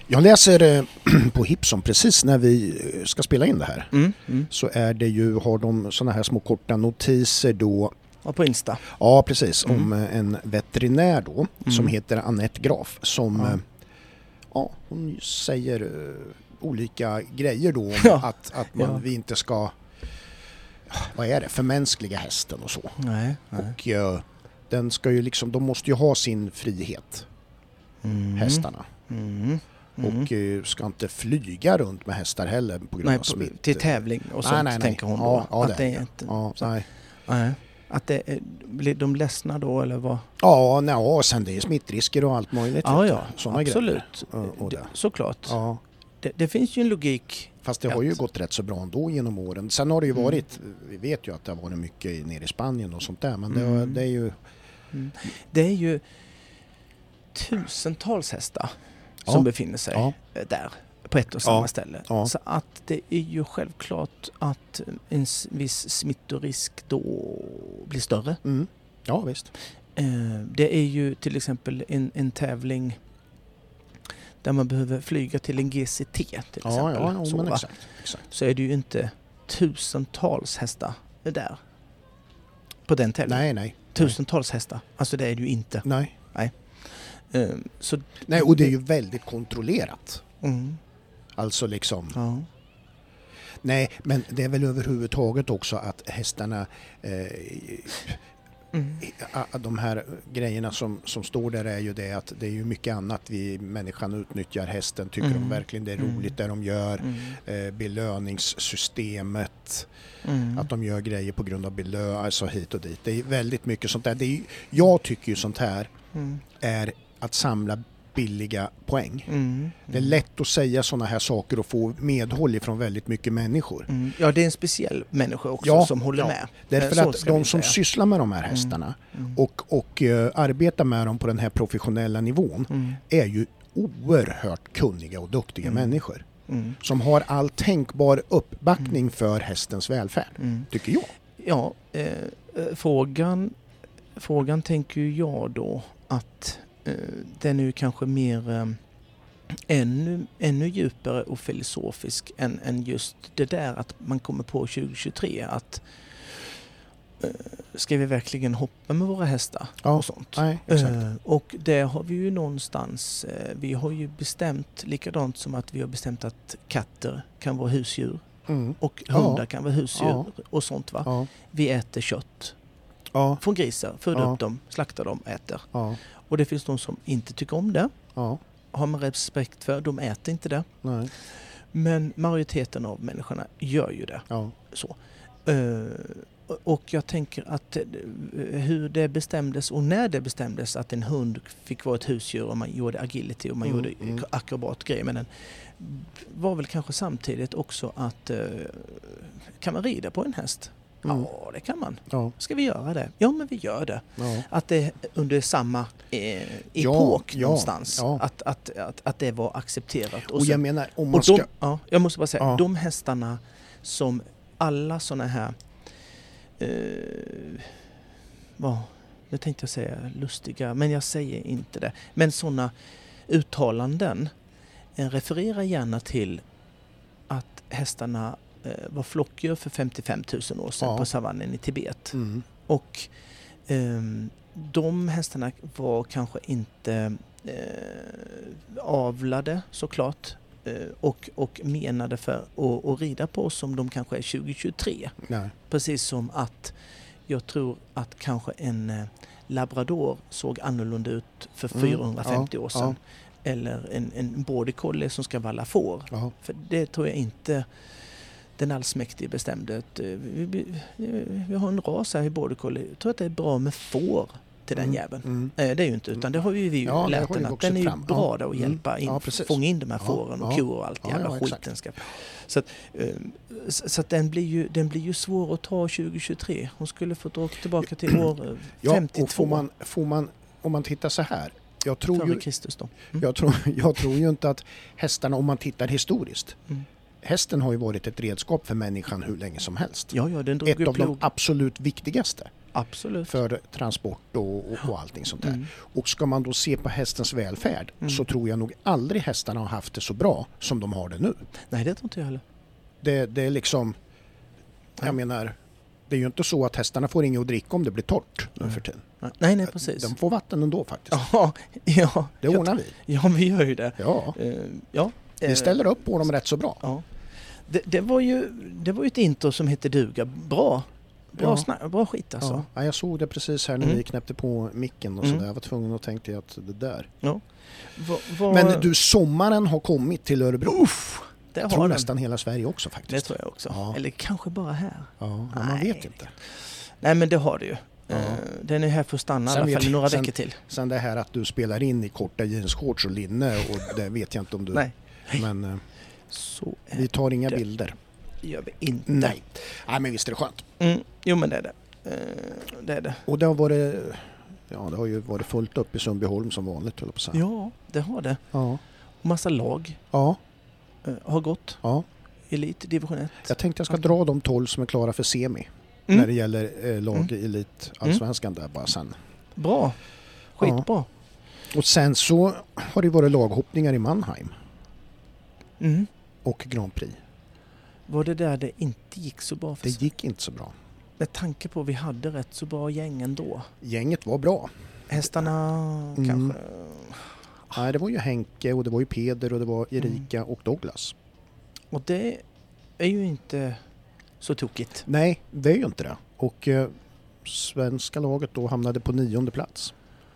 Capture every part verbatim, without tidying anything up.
Jag läser eh, på Hipson precis när vi ska spela in det här. Mm, mm. Så är det ju, har de såna här små korta notiser då. Ja, på Insta. Ja, precis. Mm. Om en veterinär då Mm. som heter Annette Graf som Ja. ja. ja, hon säger uh, olika grejer då om Ja. att, att man, Ja. vi inte ska, vad är det, förmänskliga hästen och så. Nej, nej. Och uh, den ska ju liksom, de måste ju ha sin frihet, Mm. hästarna. Mm. Mm. Och uh, ska inte flyga runt med hästar heller på grund Nej, av på, smitt. till tävling och sånt, nej, nej, nej. tänker hon då. Ja, ja, att det. det är inte, Ja, så, nej. nej. Att det är, blir de ledsna då eller vad? Ja, nej, och sen det är smittrisker och allt möjligt. Ja, vet ja, du. Såna absolut. grejer. Och, och det, det. såklart. Ja. Det, det finns ju en logik. Fast det har ju Att- gått rätt så bra ändå genom åren. Sen har det ju Mm. varit, vi vet ju att det har varit mycket nere i Spanien och sånt där. Men det, Mm. det är ju... Mm. Det är ju tusentals hästar Ja. som befinner sig Ja. där på ett och samma Ja. ställe. Ja. Så att det är ju självklart att en s- viss smittorisk då blir större. Mm. Ja, visst. Eh, Det är ju till exempel en, en tävling där man behöver flyga till en G C T till Ja, exempel. ja, ja så, men va? exakt, exakt. så är det ju inte tusentals hästar där på den tävlingen. Nej, nej. Tusentals hästar. Alltså det är det ju inte. Nej. Eh, Så, Nej, och det är ju väldigt kontrollerat. mm, Alltså liksom... ja. Nej, men det är väl överhuvudtaget också att hästarna... Eh, Mm. a- de här grejerna som, som står där är ju det att det är ju mycket annat vi människan utnyttjar hästen. Tycker Mm. de verkligen det är Mm. roligt det de gör. Mm. Eh, belöningssystemet. Mm. Att de gör grejer på grund av belö, alltså hit och dit. Det är väldigt mycket sånt där. Det är ju, jag tycker ju sånt här Mm. är att samla billiga poäng. Mm. Det är lätt att säga såna här saker och få medhåll ifrån väldigt mycket människor. Mm. Ja, det är en speciell människa också Ja, som håller ja. med. Därför Så att ska vi de som säga. sysslar med de här hästarna Mm. och, och uh, arbetar med dem på den här professionella nivån Mm. är ju oerhört kunniga och duktiga Mm. människor. Mm. Som har all tänkbar uppbackning för hästens välfärd, Mm. tycker jag. Ja, eh, eh, frågan, frågan tänker ju jag då att eh, den är ju kanske mer eh, ännu, ännu djupare och filosofisk än, än just det där att man kommer på tjugo tjugotre att eh, ska vi verkligen hoppa med våra hästar Ja, och sånt. Nej, exakt. Eh, och det har vi ju någonstans, eh, vi har ju bestämt likadant som att vi har bestämt att katter kan vara husdjur Mm. och Ja. hundar kan vara husdjur Ja. och sånt va. Ja, Vi äter kött ja, från grisar, föder Ja. upp dem, slaktar dem, äter. ja, Och det finns de som inte tycker om det, ja, har man respekt för, de äter inte det. nej, Men majoriteten av människorna gör ju det. ja, Så. Eh, och jag tänker att eh, hur det bestämdes och när det bestämdes att en hund fick vara ett husdjur och man gjorde agility och man Mm, gjorde mm. akrobatgrejer med den var väl kanske samtidigt också att eh, kan man rida på en häst? Mm. Ja, det kan man. ja, Ska vi göra det? Ja, men vi gör det. ja. Att det under samma eh, Ja, epok ja, någonstans. ja. Att, att, att, att det var accepterat. Och jag sen- menar, om man och de, ska... ja, jag måste bara säga, Ja. de hästarna som alla såna här eh, vad, nu tänkte jag säga lustiga, men jag säger inte det. Men såna uttalanden eh, refererar gärna till att hästarna eh, var flockdjur för femtiofem tusen år sedan Ja. på savannen i Tibet. Mm. Och ehm, de hästarna var kanske inte eh, avlade såklart eh, och, och menade för att, att rida på som de kanske är tjugo tjugotre. Nej. Precis som att jag tror att kanske en eh, labrador såg annorlunda ut för Mm, fyrahundrafemtio ja, år sedan. Eller en, en border collie som ska valla får. Ja. För det tror jag inte den allsmäktige bestämde. Att, eh, vi, vi, vi har en ras här i border collie. Jag tror att det är bra med får till den Mm, jäveln. mm. Eh, det är ju inte, utan det har ju vi ju Ja, det lärt har ju den att vuxit den är ju fram. bra Ja. då att Mm. hjälpa in, Ja, precis. fånga in de här Ja, fåren och ja. kor och allt Ja, jävla ja, skit exakt. den ska. Så att, eh, så så att den blir ju den blir ju svår att ta tjugo tjugotre. Hon skulle få åka tillbaka till år eh, Ja, femtiotvå och får man, får man, om man tittar så här. Jag tror, före ju, Kristus då. Mm. jag, tror, jag tror ju inte att hästarna, om man tittar historiskt. Mm. Hästen har ju varit ett redskap för människan hur länge som helst. Ja, ja, den drog Ett ju av de plog. absolut viktigaste. Absolut. För transport och, och, och allting sånt där. Mm. Och ska man då se på hästens välfärd Mm. så tror jag nog aldrig hästarna har haft det så bra som de har det nu. Nej, det tror inte jag heller. Det, det är liksom, jag menar, det är ju inte så att hästarna får inget att dricka om det blir torrt nu för tiden. Nej, nej, precis. De får vatten ändå faktiskt. Ja, ja. Det ordnar vi. Ja, vi gör ju det. Ja, Uh, ja. vi ställer upp på dem rätt så bra. Ja. Det, det, var ju, det var ju ett intro som hette duga. Bra. Bra, Ja. snack, bra skit alltså. Ja, jag såg det precis här när Mm. vi knäppte på micken och Mm. sådär. Jag var tvungen att tänka att det där. Ja. Va, va, Men du, sommaren har kommit till Örebro. Uff, det Jag har tror den. nästan hela Sverige också faktiskt. Det tror jag också. Ja. Eller kanske bara här. Ja, men man Nej. vet inte. Nej, men det har det ju. Ja. Uh, den är här för att stanna i Sen alla fall vet- i några sen- veckor till. Sen det här att du spelar in i korta jeansshorts och linne och det vet jag inte om du... Nej, Men eh, så är vi tar inga det. bilder. det gör vi inte. Nej. Nej, men visst är det skönt. Mm, jo, men det är det. Uh, det är det. Och det har varit... Ja, det har ju varit fullt upp i Sundbyholm som vanligt, höll jag på att säga. Ja, det har det. Ja. Och massa lag Ja. uh, har gått. Ja. Elit, division ett. Jag tänkte jag ska dra de tolv som är klara för semi. Mm. När det gäller eh, lag i elit allsvenskan där bara sen. Bra. Skitbra. Och sen så har det varit laghoppningar i Mannheim Mm. och Grand Prix. Var det där det inte gick så bra för Det gick inte så bra. Med tanke på att vi hade rätt så bra gäng ändå. Gänget var bra. Hästarna Mm. kanske... Nej, det var ju Henke och det var ju Peder och det var Erika och Douglas. Och det är ju inte så tokigt. Nej, det är ju inte det. Och eh, svenska laget då hamnade på nionde plats.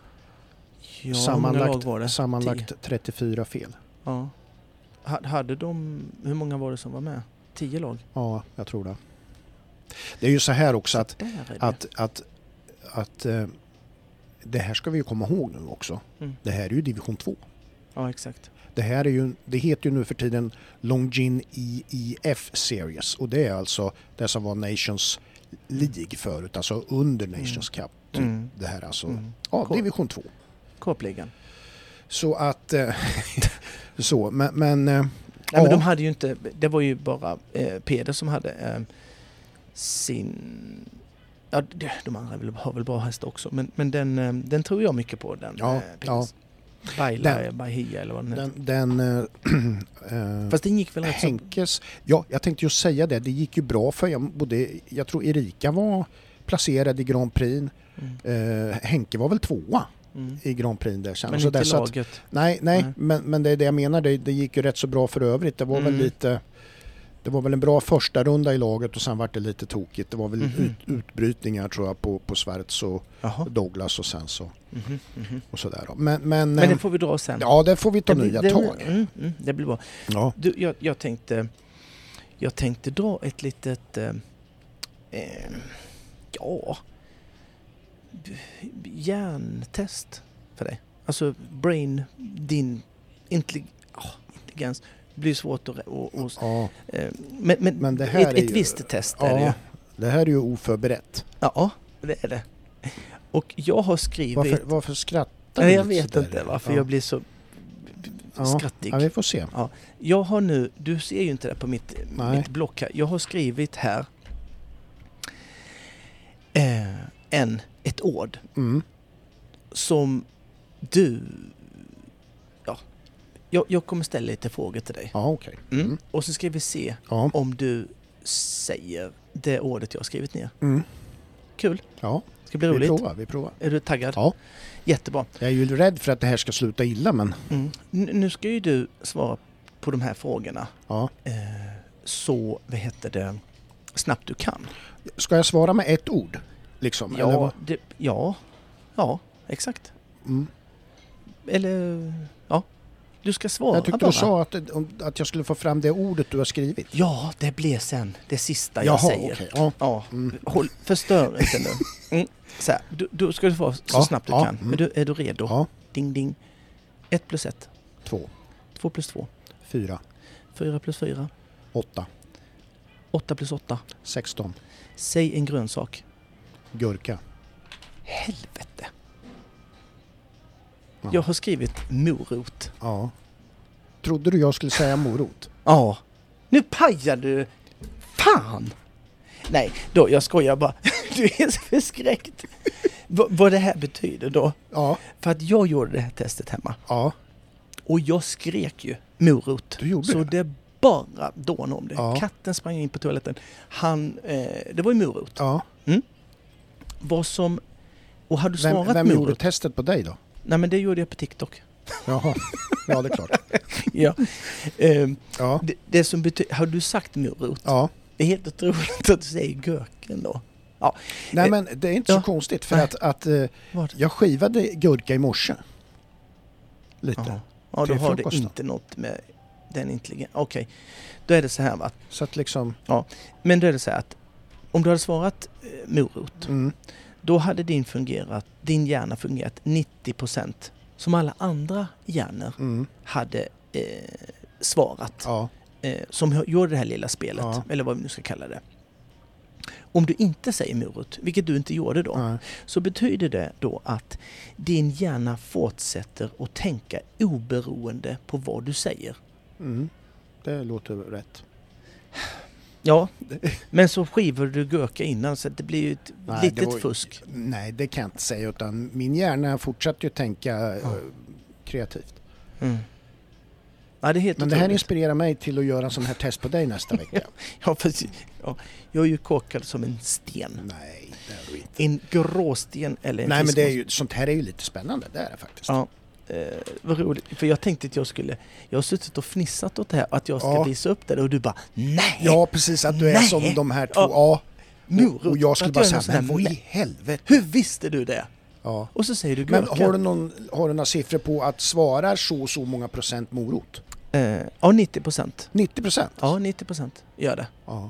Ja, hur många lag var det? sammanlagt Tio. trettiofyra fel. Ja. Ha- Hade de... Hur många var det som var med? Tio lag? Ja, jag tror det. Det är ju så här också att, Där är det. att, att, att eh, det här ska vi ju komma ihåg nu också. Mm. Det här är ju division två. Ja, exakt. Det här är ju, det heter ju nu för tiden Longines E E F Series och det är alltså det som var Nations League förut, alltså under Nations Cup. Mm. Det här alltså, Mm. ja, Cool. division två. Korpligan. Så att, eh, så, men, men eh, Nej, ja, men de hade ju inte... Det var ju bara eh, Peder som hade eh, sin... Ja, det- de andra väl- har väl bra hästar också. Men, men den, eh, den tror jag mycket på. Den, Ja, eh, Peders. Baila, Bahia eller vad den heter. den, den eh, eh, Fast den gick väl rätt så... Henkes, ja, jag tänkte ju säga det, det gick ju bra för jag, både, jag tror Erika var placerad i Grand Prix, Mm. eh, Henke var väl tvåa Mm. i Grand Prix där sen. Men Så inte där, så att, laget. nej, nej, Nej. Men, men det är det jag menar, det, det gick ju rätt så bra för övrigt. Det var Mm. väl lite, det var väl en bra första runda i laget och sen var det lite tokigt. Det var väl Mhm. ut, utbrytningar tror jag på, på Sverts och Jaha. Douglas och sen så Mhm, mhm. och sådär då. Men, men, Men det ehm, får vi dra sen. ja, det får vi ta det, nya det, tag. Mm, mm, det blir bra. Ja. Du, jag, jag tänkte... Jag tänkte dra ett litet... Eh, eh, ja... b- hjärntest för dig. Alltså brain, din intellig, oh, intelligens blir svårt att... Och, och, Ja, eh, men men, Men det här ett, är ett ju- visst test är det ju. ja, det här är ju oförberett. Ja, det är det. Och jag har skrivit... Varför, varför skrattar Nej, du jag lite vet sådär? inte varför Ja. jag blir så Ja. skrattig. Ja, vi får se. Jag har nu, du ser ju inte det på mitt, Nej. mitt block här. Jag har skrivit här eh, en, ett ord Mm. som du... Ja, jag, jag kommer ställa lite frågor till dig. Ja, okej. Mm. Mm. Och så ska vi se Ja. om du säger det ordet jag har skrivit ner. Mm. Kul. Ja, Ska bli vi roligt. provar, vi provar. Är du taggad? Ja. Jättebra. Jag är ju rädd för att det här ska sluta illa, men Mm. N- nu ska ju du svara på de här frågorna. ja. Eh, så, vad heter det, snabbt du kan. Ska jag svara med ett ord? Liksom? eller Ja, vad? det, ja, ja, exakt. Mm. Eller, ja, du ska svara Jag tyckte bara. du sa att, att jag skulle få fram det ordet du har skrivit. Ja, det blir sen det sista Jaha, jag säger. okej. Ja. Ja, Mm. håll, förstör inte nu. Mm. Så här, du, du ska få så Ja, snabbt du ja, kan. mm. Är, du, är du redo? Ja, Ding, ding. Ett plus ett. två, Två plus två. fyra, Fyra plus fyra. åtta, Åtta plus åtta. sexton, Säg en grönsak. gurka. Helvete. Ja. Jag har skrivit morot. Ja. Trodde du jag skulle säga morot? Ja. Nu pajar du. Fan! Nej, då, jag skojar bara. Du är så förskräckt. V- vad det här betyder då. Ja. För att jag gjorde det här testet hemma. Ja. Och jag skrek ju morot. Du gjorde så det? det bara dånade om det. Ja. Katten sprang in på toaletten. Han, eh, det var ju morot. Ja. Mm. Vad som... Och hade du Vem, svarat vem morot? gjorde testet på dig då? Nej, men det gjorde jag på TikTok. Jaha. Ja, det är klart. ja. Ehm, Ja. det, det som betyder... Har du sagt morot? Ja. Det är helt otroligt att du säger göken då. Ja. Nej, Eh, men det är inte ja. så konstigt för Nej. att, att eh, Vad? jag skivade gurka i morse. Lite. Ja, ja då till har det frukosten. inte något med den intelligensen. Okej, då är det så här va. Så att liksom... Men då är det så här att om du hade svarat eh, morot, Mm. då hade din, fungerat, din hjärna fungerat nittio procent som alla andra hjärnor Mm. hade eh, svarat. Ja. Eh, som gjorde det här lilla spelet, Ja. eller vad vi nu ska kalla det. Om du inte säger morot, vilket du inte gjorde då, Nej. så betyder det då att din hjärna fortsätter att tänka oberoende på vad du säger. Mm. Det låter rätt. Ja, men så skivar du gurka innan så det blir ju ett Nej, det litet var ju- fusk. Nej, det kan jag inte säga, utan min hjärna fortsätter ju tänka Ja. eh, kreativt. Mm. Ja, det är helt Men det här otroligt. inspirerar mig till att göra en sån här test på dig nästa vecka. Ja, precis. Ja, jag är ju korkad som en sten. Nej, det är du inte. En gråsten eller en Nej, men det är fiskmås. ju, sånt här är ju lite spännande, det är det faktiskt. Ja, eh, vad roligt. För jag tänkte att jag skulle... Jag har suttit och fnissat åt det här, att jag ska Ja. visa upp det och du bara nej! Ja, precis, att du är Nej. som de här två. Ja. Ja. Morot. Och jag skulle Att bara jag är säga, någon men sån vad här i helvete? Hur visste du det? Ja. Och så säger du Men gurka. har du, någon, har du några siffror på att svarar så och så många procent morot? Eh, ja, nittio procent. nittio procent? Ja, nittio procent gör det. Ja.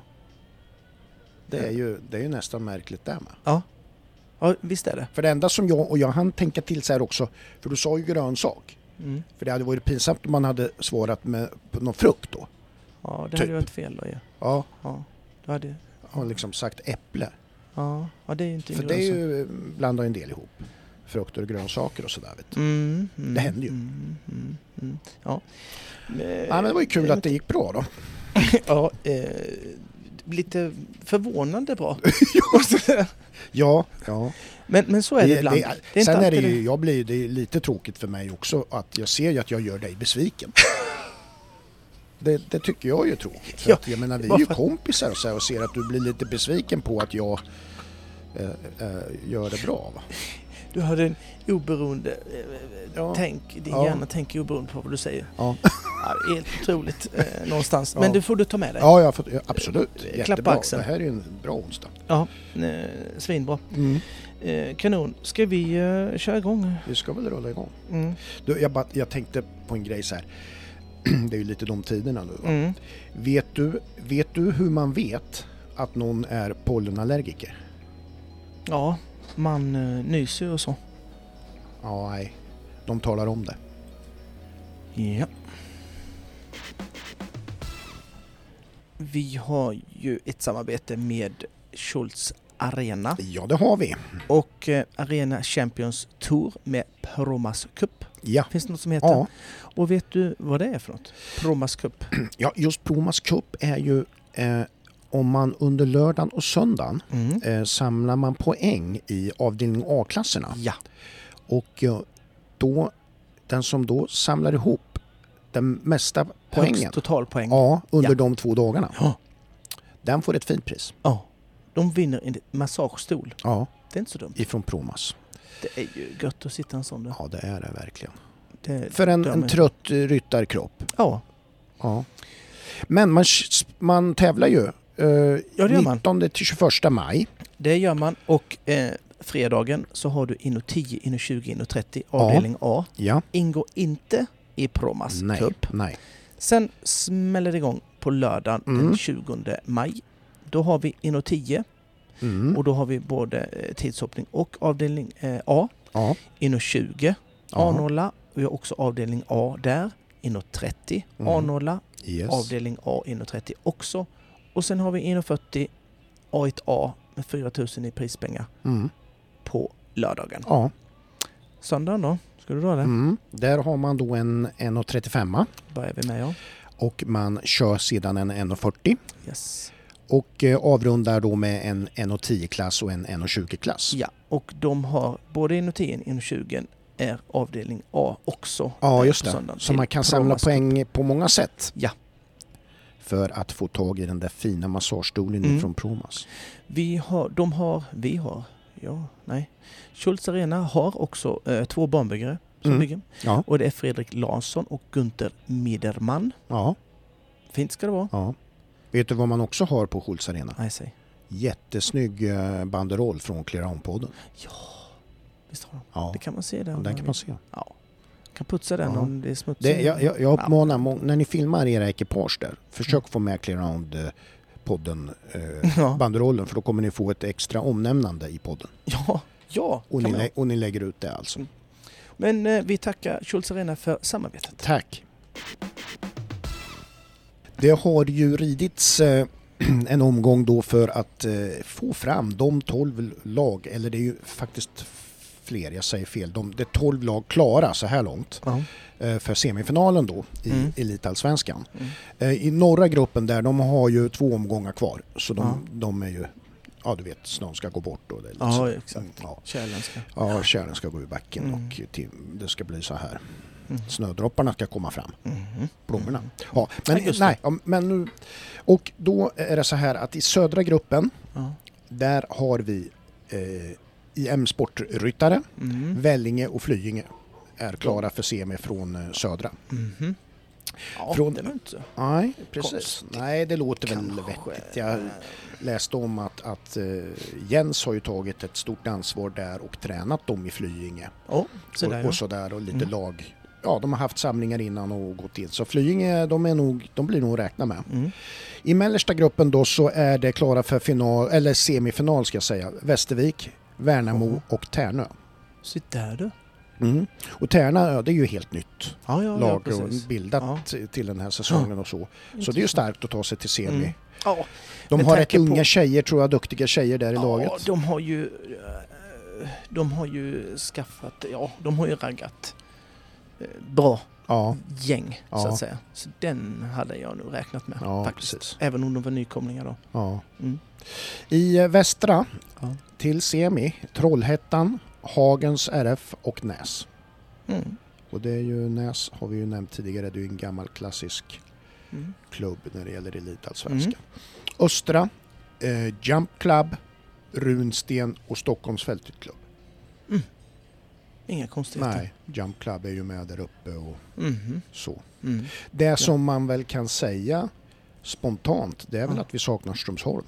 Det är ju, det är ju nästan märkligt där med. Ja. Ja, visst är det. För det enda som jag, och jag hann tänka till så här också, för du sa ju grönsak. Mm. För det hade varit pinsamt om man hade svarat med på någon frukt då. Ja, det Typ. hade varit fel då ju. Ja, Ja, du hade... och liksom sagt äpple. Ja, ja, det är ju inte en För det är grönsak. ju, blandar ju en del ihop. Frukter och grönsaker och sådär, vet du. Mm, mm, Det händer ju. Mm, mm, mm. Ja. Ja, men det var ju kul att det gick bra då. Ja, eh, lite förvånande bra. Ja, ja. men, men så är det, ibland. Det är inte sen är det alltid ju, jag blir, det är lite tråkigt för mig också att jag ser ju att jag gör dig besviken. Det, det tycker jag är ju tråkigt. För Ja, att, jag menar, vi är bara ju för- kompisar och, så här, och ser att du blir lite besviken på att jag eh, eh, gör det bra. Va? Du har en oberoende eh, Ja. tänk, din Ja. hjärna tänker oberoende på vad du säger. Ja, Ja, helt otroligt eh, någonstans. Ja. Men det får du ta med dig. ja, jag får, ja absolut. Klappa Jättebra. axeln. Det här är ju en bra onsdag. Ja, eh, svinbra. Mm. Eh, kanon. Ska vi eh, köra igång? Vi ska väl rulla igång. Mm. Du, jag, bara, jag tänkte på en grej så här. Det är ju lite de tiderna nu. Va? Mm. Vet, du, vet du hur man vet att någon är pollenallergiker? Ja, man eh, nyser och så. Ja, nej. De talar om det. Ja. Vi har ju ett samarbete med Schultz Arena Ja, det har vi. och eh, Arena Champions Tour med Promas Cup. Ja. Finns det något som heter? Ja. Och vet du vad det är för något? Promas Cup. Ja, just Promas Cup är ju eh, om man under lördagen och söndagen Mm. eh, samlar man poäng i avdelning A-klasserna. Ja. Och eh, då, den som då samlar ihop den mesta poängen Högst totalpoäng. ja, under Ja. de två dagarna, Ja. den får ett fint pris. Ja. De vinner en massagestol. Ja, Det är inte så dumt. ifrån Promas. Det är ju gött att sitta en sån där. Ja, det är det verkligen. Det, För en, drar en mig. trött eh, ryttarkropp. Ja. Ja. Men man, man tävlar ju eh, Ja, det gör man. nittonde till tjugoförsta maj. Det gör man och eh, fredagen så har du inno tio, inno tjugo, inno trettio Ja. avdelning A. Ja. Ingår inte i Promas Nej. Cup. Nej. Sen smäller det igång på lördagen Mm. den tjugonde maj. Då har vi inno tio Mm. och då har vi både eh, tidshoppning och avdelning eh, A. Ja. Inno tjugo, Ja. A noll. Vi har också avdelning A där. Inno trettio, Mm. A noll. Yes. Avdelning A, inno trettio också. Och sen har vi inno fyrtio, A ett A med fyra tusen i prispengar Mm. på lördagen. Ja. Söndagen då? Ska du dra det? Mm. Där har man då en en trettiofem Börjar vi med ja. och man kör sedan en en fyrtio. Yes. Och eh, avrundar då med en en tio-klass och en en tjugo-klass. Ja, och de har både en tio och en tjugo är avdelning A också. Ja, just det. Så man kan samla poäng på många sätt. Ja. För att få tag i den där fina massagestolen Mm. från Promas. Vi har, de har, vi har, ja, nej. Schultz Arena har också eh, två banbyggare som Mm. bygger. Ja. Och det är Fredrik Larsson och Gunther Miderman. Ja. Fint ska det vara. Ja. Vet du vad man också har på Schultz Arena? Nej, säg. Jättesnygg eh, banderoll från Clear-On-podden. Ja, visst har de. Ja. Det kan man se där. Den kan man se. Ja. Kan putsa den Ja. om det är smutsigt. Det, jag, jag, jag uppmanar, må, när ni filmar era ekipage där, försök få med Clear-On-podden eh, Ja. banderollen, för då kommer ni få ett extra omnämnande i podden. Ja, ja. Och kan ni, man. lä- och ni lägger ut det alltså. Mm. Men eh, vi tackar Schultz Arena för samarbetet. Tack. Det har ju ridits eh, en omgång då för att eh, få fram de tolv lag, eller det är ju faktiskt fler, jag säger fel, de, det är tolv lag klara så här långt Ja. eh, för semifinalen då i Mm. Elitallsvenskan. Mm. Eh, I norra gruppen där, de har ju två omgångar kvar, så de, Ja. de är ju, ja du vet, snön ska gå bort och det är lite Ja, så. exakt. Mm, ja. Kärlenska. Ja, kärlen ska gå i backen Mm. och till, det ska bli så här. Mm. Snödropparna ska komma fram. Mm. Blommorna. Mm. Ja, men, Ja, just det. nej, ja, men nu, och då är det så här att i södra gruppen, Ja. där har vi eh, I M-sportryttare, Mm. Vellinge och Flyinge är klara för semi från eh, södra. Mhm. Ja, Från- det var inte så. Nej, precis. Konstigt. Nej, det låter väl Kanske. vettigt. Jag läste om att, att eh, Jens har ju tagit ett stort ansvar där och tränat dem i Flyinge. Ja, så där, och, ja. och sådär och lite Mm. lag. Ja, de har haft samlingar innan och gått in. Så Flyinge, de, är nog, de blir nog att räkna med. Mm. I mellersta gruppen då så är det klara för final, eller semifinal ska jag säga. Västervik, Värnamo Jaha. och Tärnö. Sitt där du. Mm. Och Tärnö, det är ju helt nytt Ja, ja, lag ja, och precis. bildat Ja. till den här säsongen och så. Så det är ju starkt att ta sig till semi. Mm. Ja, De med har rätt tanke på- unga tjejer, tror jag, duktiga tjejer där i ja, laget. de har ju eh, de har ju skaffat, ja, de har ju raggat eh, bra Ja, gäng så Ja. att säga. Så den hade jag nog räknat med ja faktiskt. precis. Även om de var nykomlingar då. Ja. Mm. I eh, västra Ja. till semi, Trollhättan, Hagens R F och Näs. Mm. Och det är ju Näs, har vi ju nämnt tidigare, det är ju en gammal klassisk Mm. klubb när det gäller Elitallsvenskan. Mm. Östra, eh, Jump Club, Runsten och Stockholms fältryttklubb. Inga konstigheter. Nej, Jump Club är ju med där uppe och Mhm. så. Mm. Det som man väl kan säga spontant, det är väl Ja. att vi saknar Strömsholm.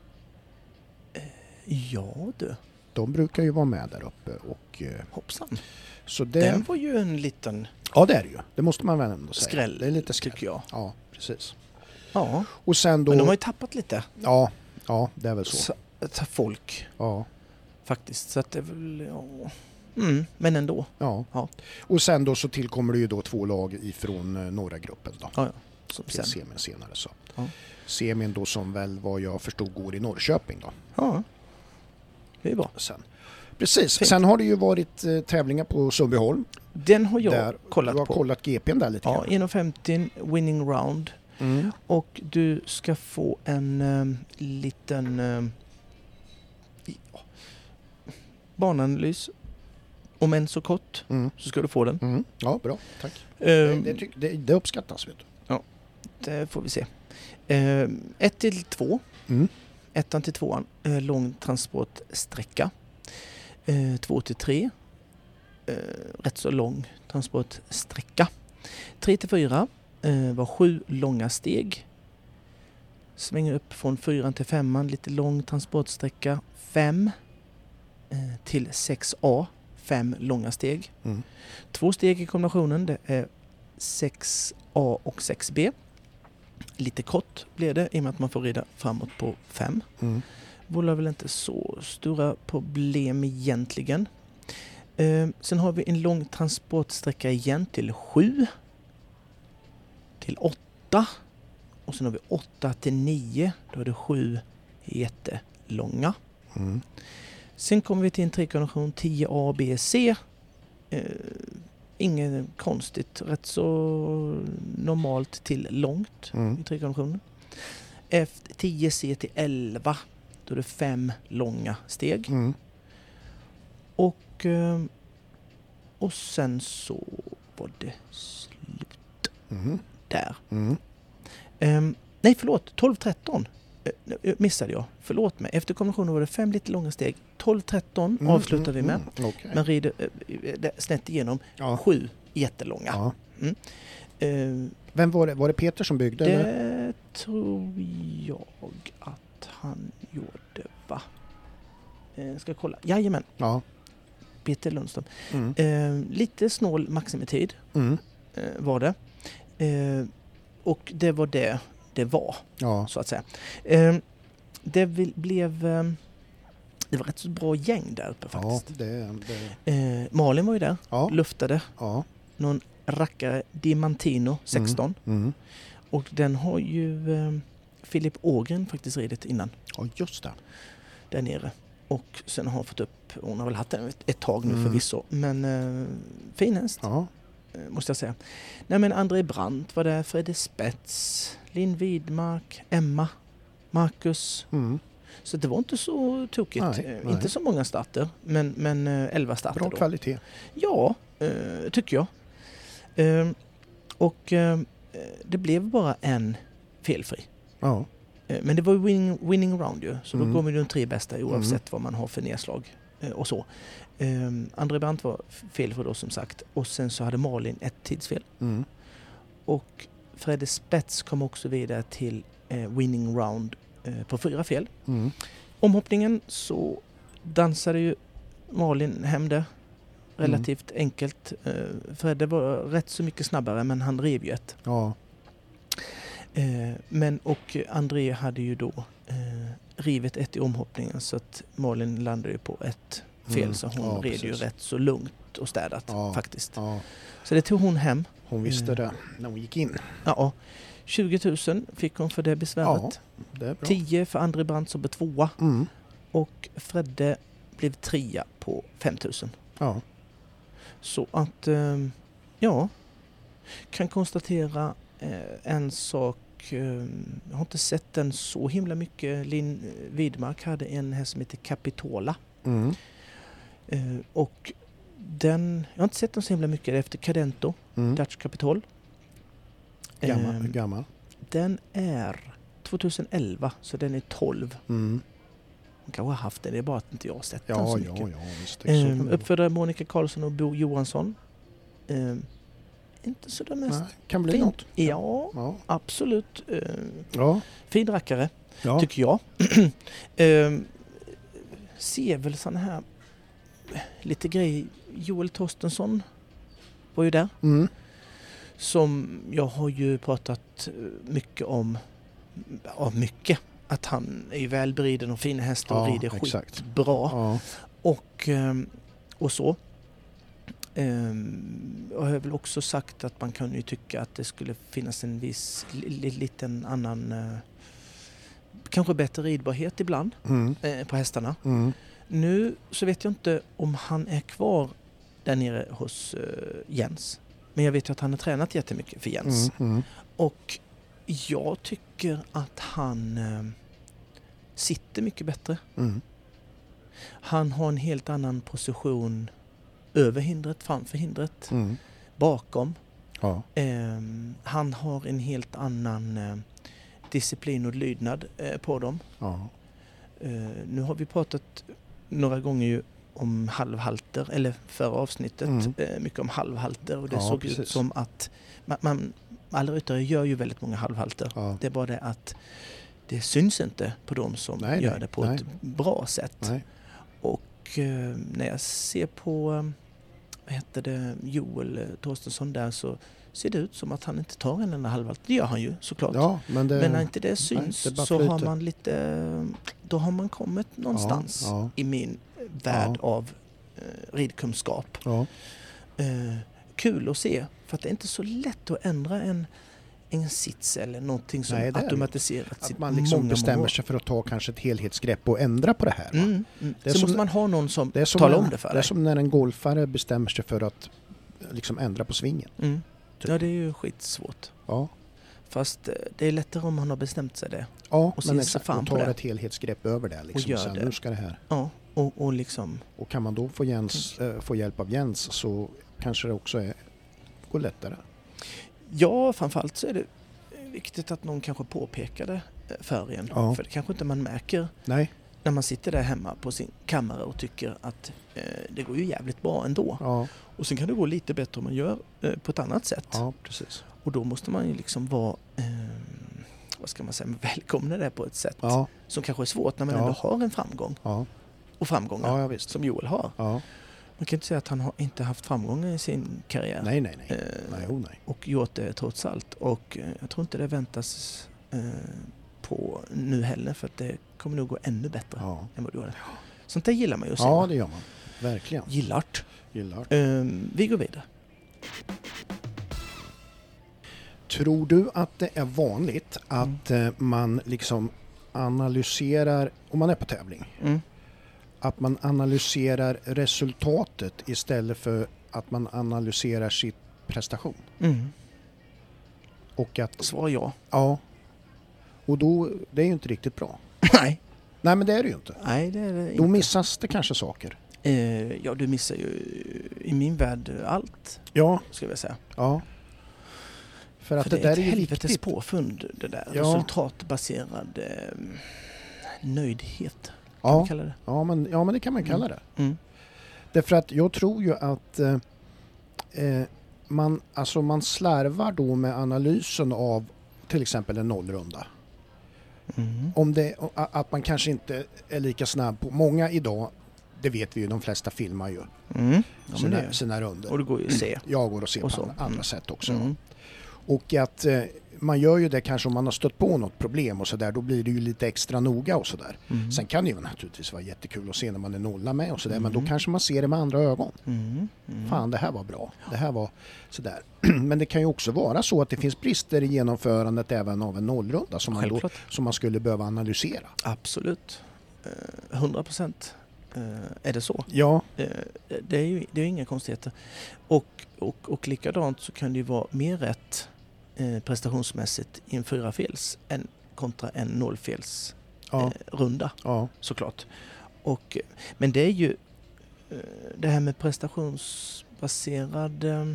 Ja du, De brukar ju vara med där uppe och eh, hoppsan. så det, Den var ju en liten ja det är det ju. Det måste man väl ändå säga. skräll Det är lite skräll. tycker jag. Ja, precis. Ja, Och sen då, men de har ju tappat lite ja, ja, det är väl så. så, så folk Ja, faktiskt. Så att det är väl, ja. Mm, men ändå. ja. Ja. Och sen då så tillkommer det ju då två lag ifrån eh, norra gruppen då. Ja, ja. Som Till sen. semin senare så. Ja. Semin då som väl vad jag förstod går i Norrköping då. Ja, det är bra. Sen. Precis. Fint. Sen har det ju varit eh, tävlingar på Sundbyholm. Den har jag där kollat du har på. kollat G P:n där lite Ja, grann. en komma femtio winning round. Mm. Och du ska få en um, liten um, ja, bananalys. Om än så kort Mm. så ska du få den. Mm. Ja, bra. Tack. Um, det, det, tyck- det, det uppskattas, vet du. det får vi se. Um, ett till två. Mm. Ettan till tvåan, eh, lång transportsträcka. Eh, två till tre, eh, rätt så lång transportsträcka. Tre till fyra eh, var sju långa steg. Svänger upp från fyran till femman, lite lång transportsträcka. Fem eh, till sex A, fem långa steg. Mm. Två steg i kombinationen, det är sex A och sex B. Lite kort blir det i och med att man får rida framåt på fem. Mm. Vållar väl inte så stora problem egentligen. Eh, sen har vi en lång transportsträcka igen till sju. Till åtta. Och sen har vi åtta till nio. Då är det sju jättelånga. Mm. Sen kommer vi till en trikombination tio A, B, C. Eh, inget konstigt. Rätt så normalt till långt Mm. i trikombinationen. efter tio C till elva, då är det fem långa steg. Mm. Och, eh, och sen så var det slut Mm. där. Mm. Um, nej, förlåt. tolv tretton uh, missade jag. Förlåt mig. Efter kombinationen var det fem lite långa steg. tolv tretton Mm, avslutar vi med. Mm, mm, okay. Men rider uh, snett igenom. Ja. Sju jättelånga. Ja. Mm. Uh, Vem var det? Var det Peter som byggde? det eller? tror jag att han gjorde, va? Uh, ska jag kolla? Jajamän. Ja. Peter Lundström. Mm. Uh, lite snål maximitid Mm. uh, var det. Uh, och det var det det var. Ja. Så att säga. Eh, det vill, blev eh, det var rätt så bra gäng där uppe faktiskt. Ja, det, det. Eh, Malin var ju där, Ja. luftade Ja. någon rackare Dimantino sexton. Mm. Mm. Och den har ju eh, Filip Ågren faktiskt ridit innan Ja, just det. där nere. Och sen har hon fått upp, hon har väl haft den ett, ett tag nu Mm. förvisso, men eh, fin häst. Ja. Måste jag säga. Nej, men André Brandt var där, Fredde Spets, Linn Widmark, Emma, Marcus. Mm. Så det var inte så tokigt. Nej, Eh, nej. Inte så många starter, men, men eh, elva starter Bra då. kvalitet. Ja, eh, tycker jag. Eh, och eh, det blev bara en felfri. Ja. Eh, men det var ju winning, winning round ju, så Mm. då kommer de tre bästa oavsett Mm. vad man har för nedslag eh, och så. Eh, André Brandt var felfri då som sagt, och sen så hade Malin ett tidsfel. Mm. Och Fredde Spets kom också vidare till eh, winning round eh, på fyra fel. Mm. Omhoppningen så dansade ju Malin hem det relativt mm. enkelt. Eh, Fredde var rätt så mycket snabbare, men han rev ju ett. Ja. Eh, men och André hade ju då eh, rivit ett i omhoppningen, så att Malin landade ju på ett fel, Mm. så hon Ja, red precis. ju rätt så lugnt och städat Ja. faktiskt. Ja. Så det tog hon hem. Hon visste Mm. det när hon gick in. Ja, tjugo tusen fick hon för det besväret. Det är bra. tio för André Brandt som blev tvåa. Mm. Och Fredde blev trea på fem tusen. Ja. Så att, eh, ja, kan konstatera eh, en sak. Eh, jag har inte sett den så himla mycket. Linn Widmark hade en häst som heter Capitola. Mm. Eh, och den, jag har inte sett den så himla mycket efter Cadento, Mm. Dutch Capitol. Gammal. Eh, gammal. Den är tjugoelva, så den är tolv. Mm. Hon kanske har haft den, det är bara att inte jag har sett den så Ja, mycket. ja, ja. Visst, det är så kan Eh, det vara. uppfödare Monica Karlsson och Bo Johansson. Eh, inte så det mest Nej, kan bli fin. något. Ja, Ja. absolut. Eh, Ja. fin rackare, Ja. tycker jag. eh, ser väl sån här lite grej. Joel Torstensson var ju där. Mm. Som jag har ju pratat mycket om. Ja, mycket. Att han är ju välberiden och fin häst och Ja, rider exakt. skitbra. Ja. Och, ehm, och så. Ehm, jag har väl också sagt att man kan ju tycka att det skulle finnas en viss li, li, liten annan eh, kanske bättre ridbarhet ibland Mm. eh, på hästarna. Mm. Nu så vet jag inte om han är kvar där nere hos eh, Jens. Men jag vet ju att han har tränat jättemycket för Jens. Mm. Mm. Och jag tycker att han eh, sitter mycket bättre. Mm. Han har en helt annan position över hindret, framför hindret, Mm. bakom. Ja. Eh, han har en helt annan eh, disciplin och lydnad eh, på dem. Ja. Eh, nu har vi pratat några gånger ju om halvhalter, eller förra avsnittet, Mm. eh, mycket om halvhalter, och det Ja, såg precis. ut som att man, man, alla ryttare gör ju väldigt många halvhalter. Ja. Det är bara det att det syns inte på dem som Nej, gör nej, det på nej. ett bra sätt. Nej. Och eh, när jag ser på eh, vad heter det, Joel eh, Torstensson där, så ser det ut som att han inte tar en enda halvhalt. Det gör han ju såklart. Ja, men det... Men när inte det syns det bara så flyter. har man lite, då har man kommit någonstans Ja, ja. i min värld Ja. av eh, ridkunskap. Ja. Eh, kul att se, för att det är inte så lätt att ändra en, en sits eller någonting som Nej, det är det. automatiserats i Att man liksom många, bestämmer många år. sig för att ta kanske ett helhetsgrepp och ändra på det här. Va? Mm, mm. Det är Så som- måste man ha någon som, Det är som talar när, om det för Det är dig. som när en golfare bestämmer sig för att liksom ändra på svingen. Mm. Typ. Ja, det är ju skitsvårt. Ja. Fast det är lättare om man har bestämt sig det. Ja, och men exakt, exakt, och tar det. ett helhetsgrepp över det. Liksom. Och gör Sen, det. Nu ska det här. Ja, och, och liksom... Och kan man då få, Jens, äh, få hjälp av Jens så kanske det också är, går lättare. Ja, framförallt så är det viktigt att någon kanske påpekar det för en. Ja. För det kanske inte man märker Nej. när man sitter där hemma på sin kammare och tycker att eh, det går ju jävligt bra ändå. Ja. Och sen kan det gå lite bättre om man gör eh, på ett annat sätt. Ja, precis. Och då måste man ju liksom vara, eh, vad ska man säga, välkomna det på ett sätt Ja. som kanske är svårt när man Ja. ändå har en framgång. Ja. Och framgångar, Ja, ja, visst. som Joel har. Ja. Man kan inte säga att han har inte haft framgångar i sin karriär. Nej, nej, nej. Eh, nej, oh, nej. Och gjort det trots allt. Och eh, jag tror inte det väntas eh, på nu heller, för att det kommer nog gå ännu bättre Ja. än vad du gjorde. Sånt där gillar man ju att se. Ja, det gör man. Verkligen. Gillart. Gillar. Eh, vi går vidare. Tror du att det är vanligt att mm. man liksom analyserar, om man är på tävling, Mm. att man analyserar resultatet istället för att man analyserar sitt prestation? Mm. Och att, Svar ja. ja. Och då, det är ju inte riktigt bra. Nej. Nej, men det är det ju inte. Nej, det är det Då inte. missas det kanske saker. Eh, ja, du missar ju i min värld allt, Ja, ska jag säga. ja. För att För det, det, där är är ett ju helvetes viktigt. påfund, det där. Ja. Resultatbaserad eh, nöjdhet, kan Ja. man kalla det. Ja, men, ja, men det kan man kalla det. Mm. Därför att jag tror ju att eh, eh, man, alltså man slarvar då med analysen av till exempel en nollrunda. Mm. Om det, att man kanske inte är lika snabb på många idag, det vet vi ju, de flesta filmar ju Mm. Ja, men sina, det, sina runder. och det går ju att se. Jag går och ser Och på så. andra, andra Mm. sätt också. Mm. Och att eh, man gör ju det kanske om man har stött på något problem och sådär, då blir det ju lite extra noga och sådär. Mm. Sen kan det ju naturligtvis vara jättekul att se när man är nolla med och sådär, Mm. men då kanske man ser det med andra ögon. Mm. Mm. Fan, det här var bra. Det här var sådär. Men det kan ju också vara så att det finns brister i genomförandet även av en nollrunda som man, då, Självklart. som man skulle behöva analysera. Absolut. Eh, hundra procent eh, är det så. Ja, Eh, det är ju det är inga konstigheter. Och, och, och likadant så kan det ju vara mer rätt eh, prestationsmässigt i en fyrafels än kontra en nollfels ja, eh, runda, ja, såklart. Och, eh, men det är ju eh, det här med prestationsbaserade eh,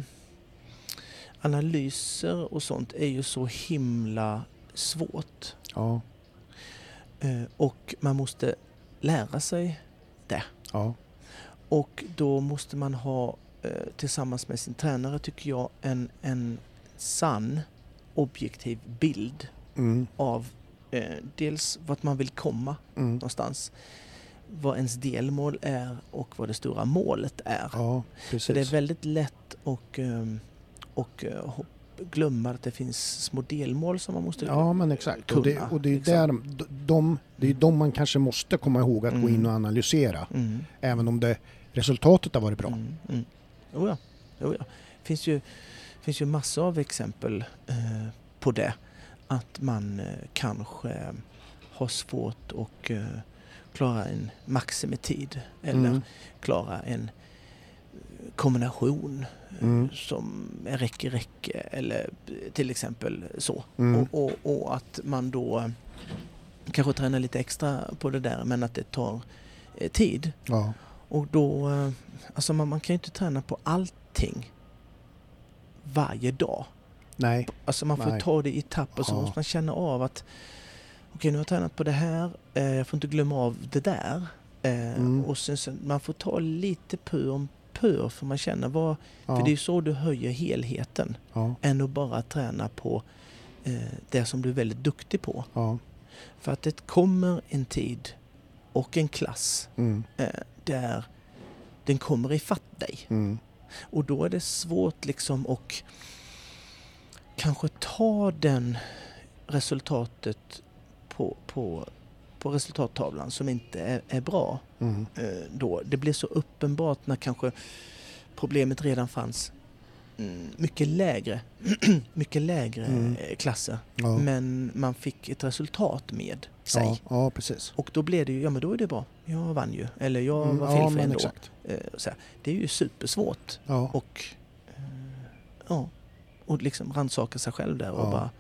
analyser och sånt är ju så himla svårt. ja, Eh, och man måste lära sig det. ja, Och då måste man ha eh, tillsammans med sin tränare, tycker jag, en, en sann objektiv bild mm, av eh, dels vart man vill komma mm, någonstans, vad ens delmål är och vad det stora målet är. ja, För det är precis. väldigt lätt och, ehm, och eh, hopp, glömma att det finns små delmål som man måste Ja, men exakt. Och det, kunna, och det är liksom. där de, de, det är de man kanske måste komma ihåg att gå in och analysera. Mm. Även om det, resultatet har varit bra. Mm, mm. Jo ja, jo ja. Det finns ju, finns ju massor av exempel eh, på det. Att man eh, kanske har svårt att eh, klara en maximitid eller Mm. klara en kombination Mm. eh, som är räcke räcke eller till exempel så. Mm. Och, och, och att man då eh, kanske tränar lite extra på det där, men att det tar eh, tid. Ja, Och då, eh, alltså man, man kan ju inte träna på allting varje dag. nej. Alltså man får Nej. ta det i etapper, så Ja. måste man känna av att okej, nu har jag tränat på det här, eh, jag får inte glömma av det där. Eh, Mm. Och sen, sen man får ta lite pur om pur, för man känner vad, Ja, för det är ju så du höjer helheten, ja, än att bara träna på eh, det som du är väldigt duktig på. ja. För att det kommer en tid och en klass Mm. eh, där den kommer ifatt dig. Mm. Och då är det svårt liksom att kanske ta den resultatet på, på, på resultattavlan som inte är, är bra. Mm. Eh, då. Det blir så uppenbart när kanske problemet redan fanns mm, mycket lägre, mycket lägre Mm. eh, klasser. Ja. Men man fick ett resultat med sig. Ja, ja, precis. Och då blev det ju, ja men då är det bra. Jag vann ju. Eller jag Mm, var ja, felfri men ändå. exakt. Eh, så här. Det är ju supersvårt. Ja, Och, eh, ja, och liksom rannsaka sig själv där och Ja. bara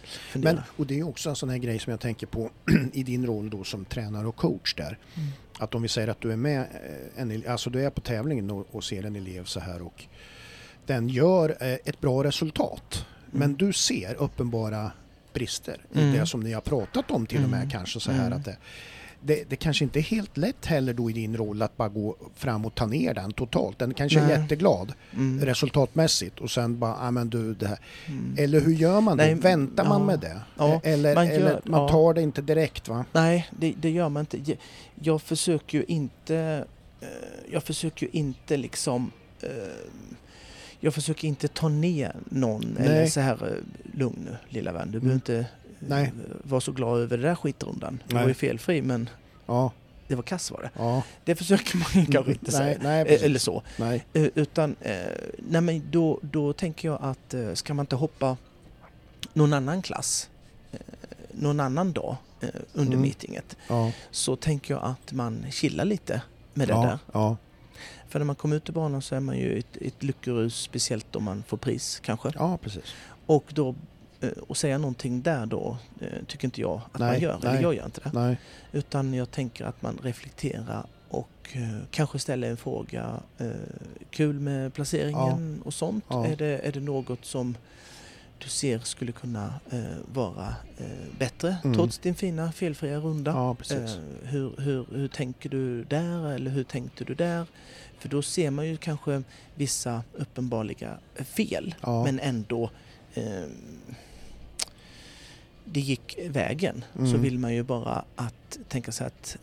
fundera. Men, och det är också en sån här grej som jag tänker på i din roll då som tränare och coach där. Mm. Att om vi säger att du är med, en, alltså du är på tävlingen och, och ser en elev så här och den gör ett bra resultat. Mm. Men du ser uppenbara brister mm. i det som ni har pratat om till och med mm. kanske så här mm. att det, det, det kanske inte är helt lätt heller då i din roll att bara gå fram och ta ner den totalt. Den kanske Nej. är jätteglad mm. resultatmässigt och sen bara, ja ah, men du det här. Mm. Eller hur gör man Nej, då? Väntar ja, man med det? Ja, eller man, gör, eller man tar ja. det inte direkt va? Nej, det, det gör man inte. Jag, jag försöker ju inte jag försöker ju inte liksom jag försöker inte ta ner någon Nej. eller så här lugn nu lilla vän. Du mm. behöver inte Nej. vara så glad över det där skitrundan. Du var ju felfri men ja. det var kass var det. Ja. Det försöker man kanske inte säga. Nej, eller så. Nej. Utan nej, men då, då tänker jag att ska man inte hoppa någon annan klass någon annan dag under mm. meetinget ja. så tänker jag att man chillar lite med det ja. där. Ja. För när man kommer ut i banan så är man ju ett, ett lyckorus, speciellt om man får pris kanske. Ja, precis. Och då och säga någonting där då tycker inte jag att nej, man gör. Nej, eller jag gör inte det. Nej. Utan jag tänker att man reflekterar och uh, kanske ställer en fråga. Uh, kul med placeringen ja. och sånt. Ja. Är, det, är det något som du ser skulle kunna uh, vara uh, bättre mm. trots din fina felfria runda? Ja, precis. Uh, hur, hur, hur tänker du där eller hur tänkte du där? För då ser man ju kanske vissa uppenbarliga fel ja. men ändå uh, det gick vägen mm. så vill man ju bara att tänka sig att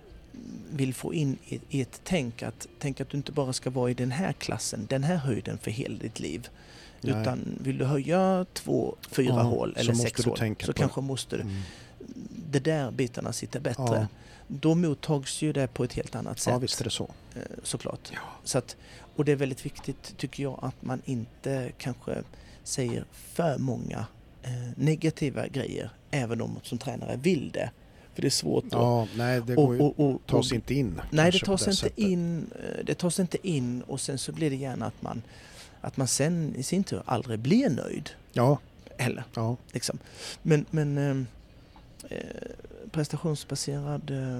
vill få in i, i ett tänk att tänk att du inte bara ska vara i den här klassen, den här höjden för hela ditt liv. Nej. Utan vill du höja två, fyra ja, hål eller sex hål så kanske det. måste du mm. det där bitarna sitter bättre. Ja. Då mottags ju det på ett helt annat sätt. Ja, visst är det så. Såklart. Ja. Så att, och det är väldigt viktigt tycker jag att man inte kanske säger för många negativa grejer, även om som tränare vill det. För det är svårt ja, att... Nej, det går och, och, och, tas och, inte in. Nej, det tas, inte in, det tas inte in och sen så blir det gärna att man, att man sen i sin tur aldrig blir nöjd. Ja. Eller, ja. liksom. Men, men eh, prestationsbaserade eh,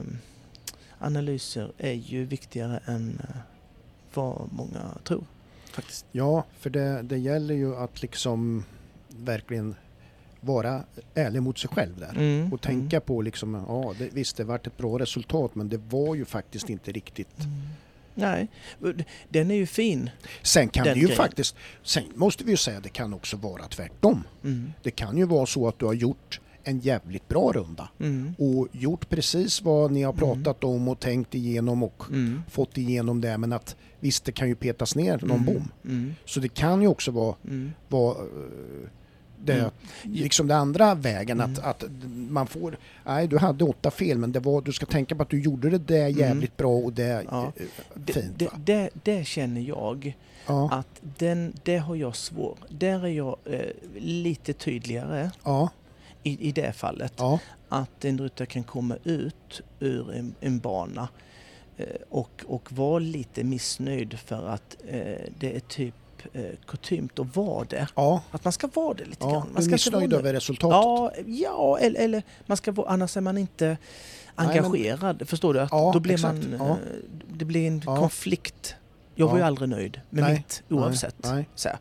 analyser är ju viktigare än eh, vad många tror, faktiskt. Ja, för det, det gäller ju att liksom verkligen vara ärlig mot sig själv där mm, och tänka mm. på liksom, ja det, visst det varit ett bra resultat men det var ju faktiskt inte riktigt mm. Nej, den är ju fin. Sen kan det ju grejen. faktiskt, sen måste vi ju säga det kan också vara tvärtom. Mm. Det kan ju vara så att du har gjort en jävligt bra runda mm. och gjort precis vad ni har pratat mm. om och tänkt igenom och mm. fått igenom det, men att visst det kan ju petas ner någon mm. bom. Mm. Så det kan ju också vara, mm. vara det, mm. liksom den andra vägen mm. att, att man får, nej du hade åtta fel men det var, du ska tänka på att du gjorde det där jävligt mm. bra och det ja. äh, fint. Det, det, det känner jag ja. att den, det har jag svårt. Där är jag eh, lite tydligare ja. i, i det fallet. Ja. Att en ryttare kan komma ut ur en, en bana eh, och, och vara lite missnöjd för att eh, det är typ kutymt att vara det. Ja. Att man ska vara det lite ja, grann. Man ska missnöjd över resultatet. Ja, ja eller, eller man ska vara, annars är man inte engagerad. Nej, men, förstår du? Att ja, då blir man, ja. Det blir en ja. konflikt. Jag var ja. ju aldrig nöjd med nej, mitt oavsett. Nej, nej. Så,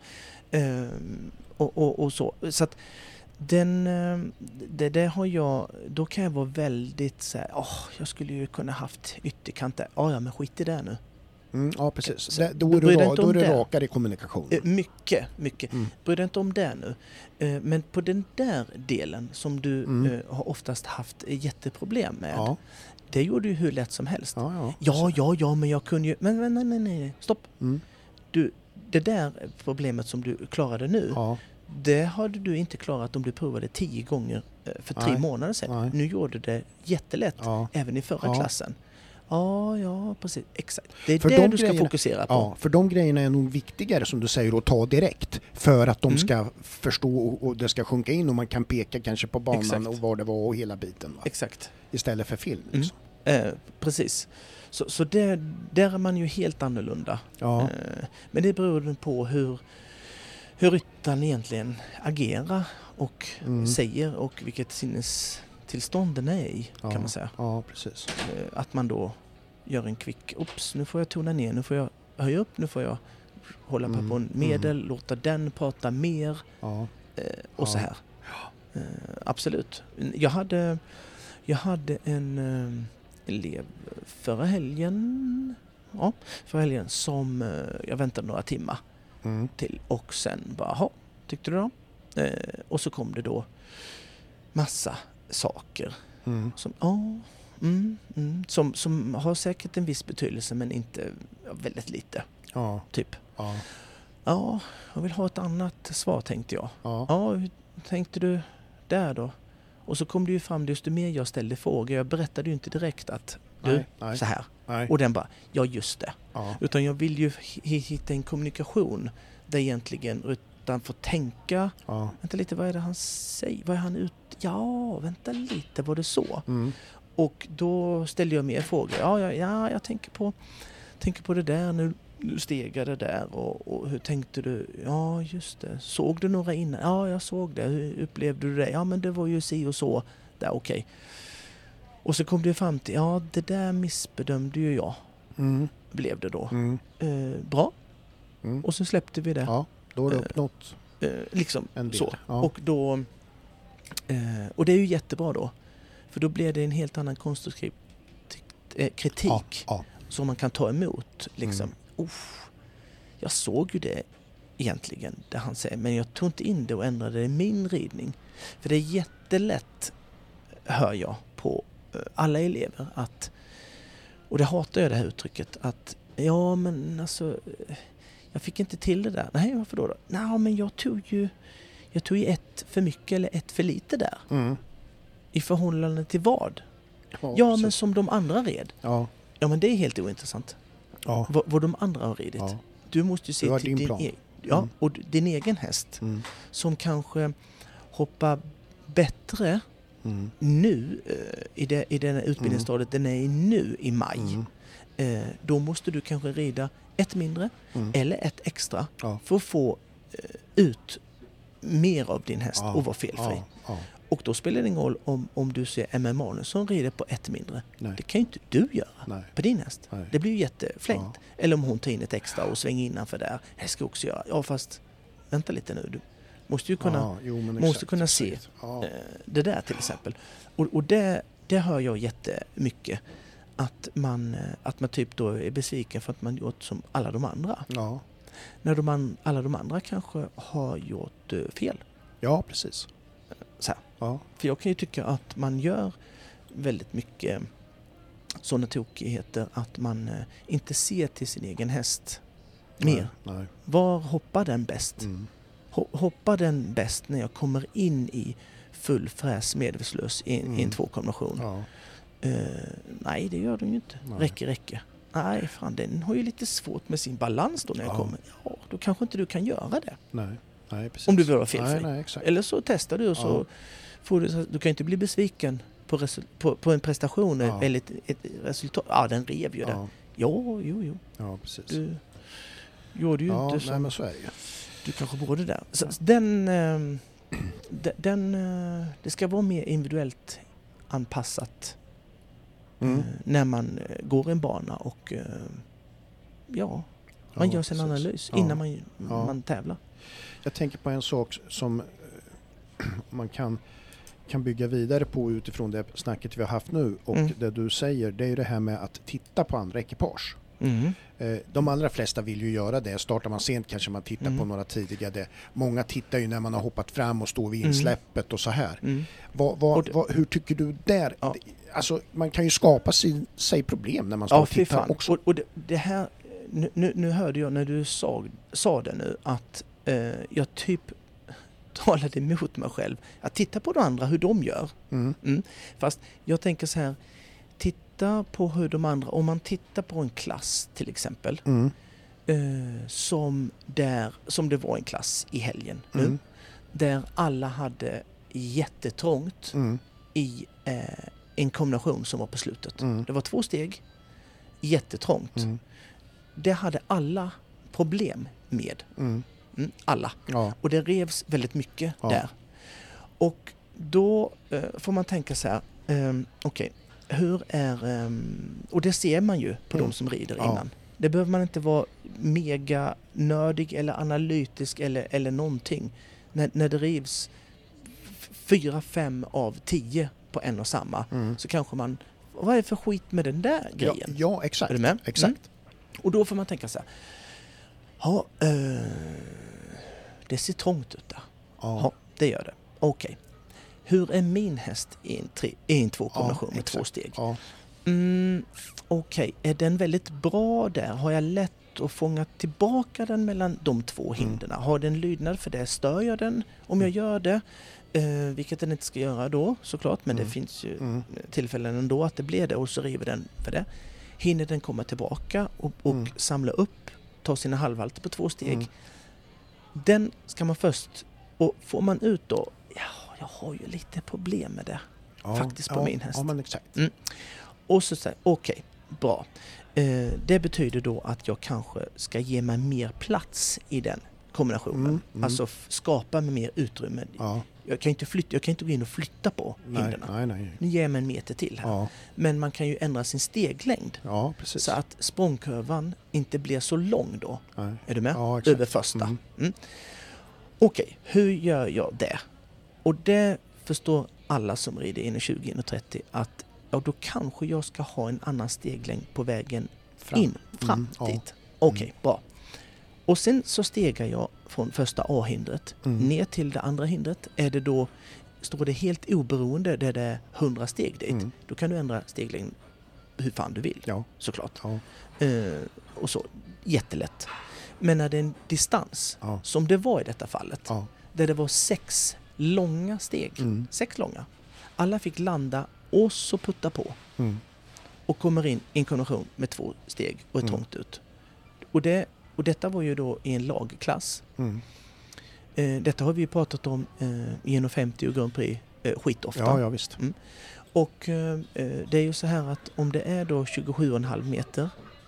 um, och, och, och så. Så att den, det, det har jag, då kan jag vara väldigt så här, åh, jag skulle ju kunna haft ytterkanter. Ja, ja, men skit i det nu. Mm, ja, precis. Så, det, då är du, ra, då är du rakare i kommunikationen. Mycket, mycket. Mm. Bryr dig inte om det nu. Men på den där delen som du mm. har oftast haft jätteproblem med, ja. det gjorde ju hur lätt som helst. Ja, ja, ja, ja, ja men jag kunde ju... Men, men nej, nej, nej, stopp. Mm. Du, det där problemet som du klarade nu, ja. det hade du inte klarat om du provade tio gånger för tre nej. månader sedan. Nej. Nu gjorde det jättelätt, ja. även i förra ja. klassen. Ja, ja, precis. Exakt. Det är för det de du ska grejerna, fokusera på. Ja, för de grejerna är nog viktigare som du säger att ta direkt. För att de mm. ska förstå och det ska sjunka in och man kan peka kanske på banan Exakt. och var det var och hela biten. Va? Exakt. Istället för film. Liksom. Mm. Eh, precis. Så, så det, där är man ju helt annorlunda. Ja. Eh, men det beror på hur, hur ryttaren egentligen agerar och Mm. säger och vilket sinnestillstånd den är i, Ja. kan man säga. Ja, precis. Eh, Att man då gör en kvick, ups, nu får jag tona ner, nu får jag höja upp, nu får jag hålla Mm. på en medel, låta den prata mer Ja. eh, och Ja. så här. Eh, absolut. Jag hade, jag hade en eh, elev förra helgen, ja, förra helgen som eh, jag väntade några timmar Mm. till och sen bara, ha, tyckte du då? Eh, och så kom det då massa saker Mm. som, ja, mm, mm, som, som har säkert en viss betydelse men inte, ja, väldigt lite, Ja. typ. Ja. Ja, jag vill ha ett annat svar, tänkte jag. Ja. Ja, hur tänkte du där då? Och så kom det ju fram, desto mer jag ställde frågor. Jag berättade ju inte direkt att du, Nej, nej. så här. Nej. Och den bara, ja just det. Ja. Utan jag vill ju h- hitta en kommunikation där egentligen utan får tänka, Ja. vänta lite, vad är det han säger? Vad är han ut? Ja, vänta lite, var det så? Mm. Och då ställde jag mer frågor. Ja, ja, ja jag tänker på, tänker på det där nu. Nu steg jag det där och, och hur tänkte du? Ja, just det. Såg du några innan? Ja, jag såg det. Hur upplevde du det? Ja, men det var ju si och så. Där, okej. Okay. Och så kom det fram till, ja, det där missbedömde ju jag. Mm. Blev det då. Mm. Eh, bra. Mm. Och så släppte vi det. Ja, då är det Eh, uppnått Eh, liksom en del. så. Ja. Och då eh, och det är ju jättebra då. För då blir det en helt annan konstruktiv eh, kritik. Ja. Ja. Som man kan ta emot. Liksom, Mm. Uff, jag såg ju det egentligen, det han säger. Men jag tog inte in det och ändrade det i min ridning. För det är jättelätt, hör jag, på eh, alla elever att, och det hatar jag det här uttrycket, att ja men alltså, eh, jag fick inte till det där. Nej, varför då? då? Nej, men jag tog ju jag tog ju ett för mycket eller ett för lite där. Mm. I förhållande till vad? Ja, Ja, precis. men som de andra red. Ja. Ja, men det är helt ointressant. Ja. Vad, vad de andra har ridit. Ja. Du måste ju se Du har till din din, plan. e- ja, Mm. och d- din egen häst. Mm. Som kanske hoppar bättre Mm. nu eh, i, det, i den utbildningsstadiet den är i nu i maj. Mm. Eh, då måste du kanske rida ett mindre Mm. eller ett extra Ja. för att få eh, ut mer av din häst Ja. och vara felfri. Ja. Ja. Och då spelar det ingen roll om, om du ser M M Manus som rider på ett mindre. Nej. Det kan ju inte du göra Nej. på din häst. Nej. Det blir ju jätteflängt. Ja. Eller om hon tar in ett extra och svänger innanför där. Det ska jag också göra. Ja, fast vänta lite nu. Du måste ju kunna, Ja, jo, men måste exakt, kunna se exakt. Ja. eh, det där till exempel. Och, och det, det hör jag jättemycket. Att man, eh, att man typ då är besviken för att man gjort som alla de andra. Ja. När de an, alla de andra kanske har gjort eh, fel. Ja, precis. Så här. Ja. För jag kan ju tycka att man gör väldigt mycket sådana tokigheter att man eh, inte ser till sin egen häst mer. Nej. Nej. Var hoppar den bäst? Mm. Ho- hoppar den bäst när jag kommer in i full fräs medvetslös i, Mm. i en tvåkombination? Ja. Eh, nej, det gör den ju inte. Nej. Räcker, räcker. Nej, fan, den har ju lite svårt med sin balans då när jag Ja. kommer. Ja, då kanske inte du kan göra det. Nej. Nej, precis. Om du vill vara felfri. Nej, nej, exakt. Eller så testar du och så Ja. får du, du kan inte bli besviken på, resul, på, på en prestation Ja. eller ett, ett resultat. Ja, den rev ju det. Ja. Jo, jo, jo. Ja, precis. Du gjorde ju ja, inte nej, som men så är det ju. du kanske borde där. Så, den, eh, de- den, eh, det ska vara mer individuellt anpassat Mm. eh, när man eh, går en bana och eh, ja, man Ja, gör sin precis. analys Ja. innan man, Ja. man tävlar. Jag tänker på en sak som eh, man kan, kan bygga vidare på utifrån det snacket vi har haft nu och Mm. det du säger, det är ju det här med att titta på andra ekipage. Mm. Eh, De allra flesta vill ju göra det. Startar man sent kanske man tittar Mm. på några tidigare. Många tittar ju när man har hoppat fram och står vid Mm. insläppet och så här. Mm. Vad, vad, Och det- vad, hur tycker du där? Ja. Alltså, man kan ju skapa sig, sig problem när man står Ja, och fy tittar fan. också. Och, och det, det här, nu, nu, nu hörde jag när du sa, sa det nu att eh, jag typ talade emot mig själv. Att titta på de andra, hur de gör. Mm. Mm. Fast jag tänker så här, titta på hur de andra, om man tittar på en klass till exempel, Mm. eh, som, där, som det var en klass i helgen nu, Mm. där alla hade jättetrångt Mm. i eh, en kombination som var på slutet. Mm. Det var två steg, jättetrångt. Mm. Det hade alla problem med. Mm. Mm, alla. Ja. Och det revs väldigt mycket Ja. där. Och då eh, får man tänka så här, um, okej, okay, hur är... Um, och det ser man ju på Mm. de som rider Ja. innan. Det behöver man inte vara mega nördig eller analytisk eller, eller någonting. När, när det rivs f- fyra, fem av tio på en och samma Mm. så kanske man, vad är det för skit med den där Ja, grejen? ja, exakt. Är du med? Exakt. Mm. Och då får man tänka så här, ja, eh, det ser trångt ut där. Ja. Ja, det gör det. Okej. Hur är min häst i en, tre, i en två kombination Ja, med exakt. två steg? Ja. Mm, Okej, är den väldigt bra där? Har jag lätt att fånga tillbaka den mellan de två hindren? Har den lydnad för det? Stör jag den om jag gör det? Eh, vilket den inte ska göra då såklart, men Mm. det finns ju Mm. tillfällen ändå att det blir det och så river den för det. Hinner den komma tillbaka och, och Mm. samla upp, ta sina halvhalter på två steg. Mm. Den ska man först, och får man ut då, ja, jag har ju lite problem med det. Ja. Faktiskt på ja. min häst. Ja, men exakt. Och så säger okej, bra. Eh, det betyder då att jag kanske ska ge mig mer plats i den kombinationen. Mm, mm. Alltså f- skapa mig mer utrymme. Ja. Jag kan inte flytta, jag kan inte gå in och flytta på Nej, hindren. nej, nej. Nu ger jag mig en meter till här. Ja. Men man kan ju ändra sin steglängd Ja, precis. så att språngkurvan inte blir så lång då. Nej. Är du med? Ja, exakt. Över första. Mm. Mm. Okej, hur gör jag det? Och det förstår alla som rider in i tjugo och trettio att ja, då kanske jag ska ha en annan steglängd på vägen Fram. in, fram Mm, ja. dit. Okej, bra. Och sen så stegar jag från första A-hindret Mm. ner till det andra hindret. Är det då, står det helt oberoende där det är hundra steg dit, Mm. då kan du ändra steglängd hur fan du vill, Ja. såklart. Ja. Eh, och så, jättelätt. Men när det är en distans, Ja. som det var i detta fallet, Ja. där det var sex långa steg, Mm. sex långa. Alla fick landa och så putta på Mm. och kommer in i en kombination med två steg och är Mm. trångt ut. Och, det, och detta var ju då i en lagklass. Mm. Eh, detta har vi ju pratat om eh, i en femtio och Grand Prix eh, skitofta. Ja, ja, visst. Och eh, det är ju så här att om det är då tjugosju komma fem meter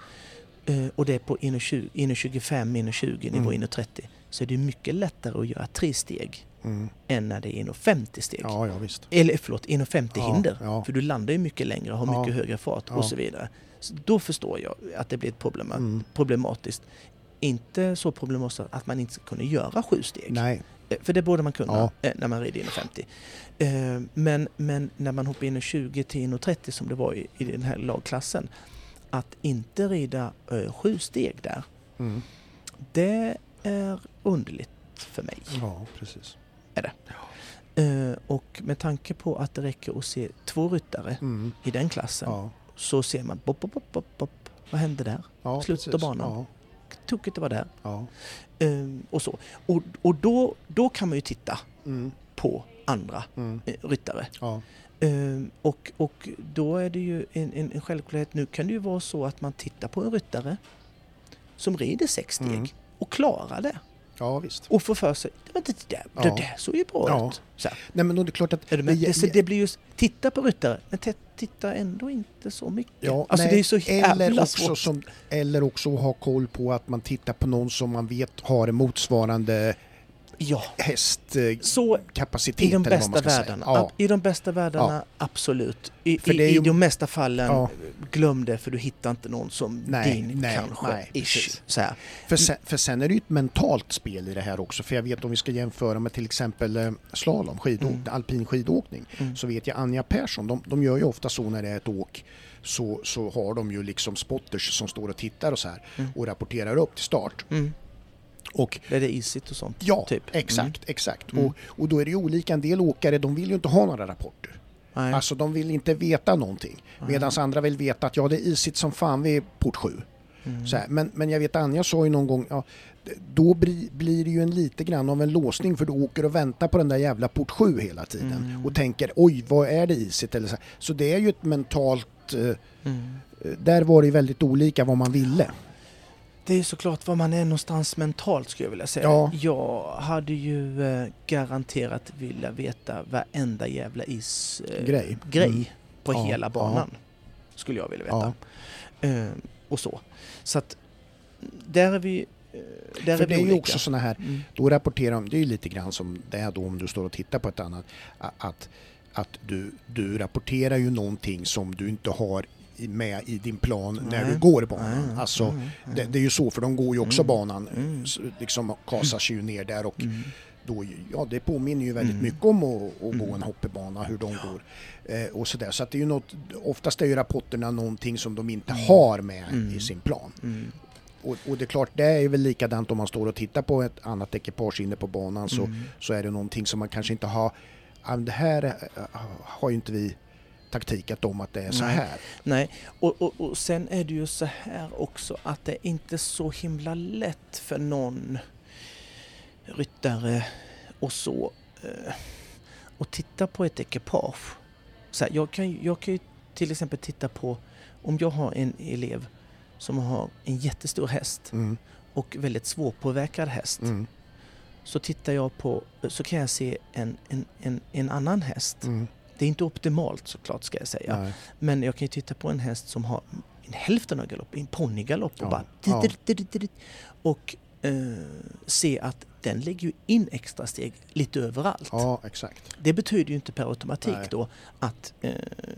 eh, och det är på in tjugofem, in tjugo nivå, Mm. in trettio, så är det mycket lättare att göra tre steg Mm. än när det är in femtio steg. Ja, ja, visst. Eller förlåt, in femtio Ja, hinder. ja. För du landar ju mycket längre och har Ja. mycket högre fart Ja. och så vidare. Så då förstår jag att det blir ett problem, Mm. problematiskt. Inte så problematiskt att man inte ska kunna göra sju steg. Nej. Eh, För det borde man kunna Ja. eh, när man rider in femtio. Eh, Men, men när man hoppar in i tjugo till in trettio som det var i, i den här lagklassen, att inte rida eh, sju steg där, Mm. det är underligt för mig. Ja, precis. Eh, Och med tanke på att det räcker att se två ryttare Mm. i den klassen, Ja. så ser man bop, bop, bop, bop, bop. Vad hände där? Ja, Slutet precis. av banan. Ja. Tokigt det var där. Ja. Ehm, och så. Och, och då, då kan man ju titta Mm. på andra Mm. eh, ryttare. Ja. Ehm, och, och då är det ju en, en, en självklarhet. Nu kan det ju vara så att man tittar på en ryttare som rider sex steg Mm. och klarar det. Ja, visst. Och får för sig, men det där, Ja. det där såg ju bra Ja. ut. Så här. Nej, men då är det klart att... Är du med? det- Det, så det blir ju, titta på ryttare, men t- titta ändå inte så mycket. Ja, alltså nej, det är så jävla eller också, svårt. som, eller också ha koll på att man tittar på någon som man vet har en motsvarande Ja, hästkapacitet. så i de eller vad bästa man ska säga. världarna, Ja. ab- i de bästa världarna, absolut. I, För i, det är ju- i de mesta fallen, Ja. glöm det för du hittar inte någon som Nej, din nej, kanske. nej, ish, precis. så här. För, sen, för sen är det ju ett mentalt spel i det här också. För jag vet om vi ska jämföra med till exempel eh, slalom, skidåk, Mm. alpin skidåkning. Mm. Så vet jag Anja Persson, de, de gör ju ofta så när det är ett åk. Så, så har de ju liksom spotters som står och tittar och så här. Mm. Och rapporterar upp till start. Mm. Och Det är det isigt och sånt. ja, typ. exakt, exakt. Mm. Och, och då är det ju olika. En del åkare, de vill ju inte ha några rapporter. Nej. Alltså de vill inte veta någonting. Nej. Medan andra vill veta att ja, det är isigt som fan vid port sju. Mm. Så här, men, men jag vet Anja sa ju någon gång, ja, då bli, blir det ju en lite grann av en låsning för du åker och väntar på den där jävla port sju hela tiden. Mm. Och tänker, oj vad är det isigt? Eller så, här. Så det är ju ett mentalt, eh, Mm. där var det väldigt olika vad man ville. Det är såklart var man är någonstans mentalt, skulle jag vilja säga. Ja. Jag hade ju eh, garanterat vilja veta varenda jävla is eh, Grej. grej Mm. på Ja, hela banan. Skulle jag vilja veta. Eh, och så. Så att där är vi där För är det är ju olika. också såna här, mm. då rapporterar de, det är ju lite grann som det är då om du står och tittar på ett annat, att, att du, du rapporterar ju någonting som du inte har med i din plan nej. när du går banan. Nej, alltså, nej, nej. Det, det är ju så, för de går ju också mm. banan, mm. liksom kasar sig ju ner där och mm. då, ja, det påminner ju väldigt mm. mycket om att, att gå en hoppebana, hur de går. Eh, och så där. Så att det är ju något, oftast är ju rapporterna någonting som de inte mm. har med mm. i sin plan. Mm. Och, och det är klart, det är väl likadant om man står och tittar på ett annat ekipage inne på banan så, mm. så är det någonting som man kanske inte har, det här har ju inte vi taktikat om att det är så Nej. här. Nej, och, och, och sen är det ju så här också att det är inte så himla lätt för någon ryttare och så eh, och titta på ett ekipage. Så här, jag, kan, jag kan ju till exempel titta på, om jag har en elev som har en jättestor häst mm. och väldigt svårpåverkad häst mm. så tittar jag på, så kan jag se en, en, en, en annan häst. Mm. Det är inte optimalt såklart ska jag säga. Nej. Men jag kan ju titta på en häst som har en hälften av galopp, en ponnygalopp och ja. bara ja. och eh, se att den lägger ju in extra steg lite överallt. Ja, exakt. Det betyder ju inte per automatik nej. då att eh,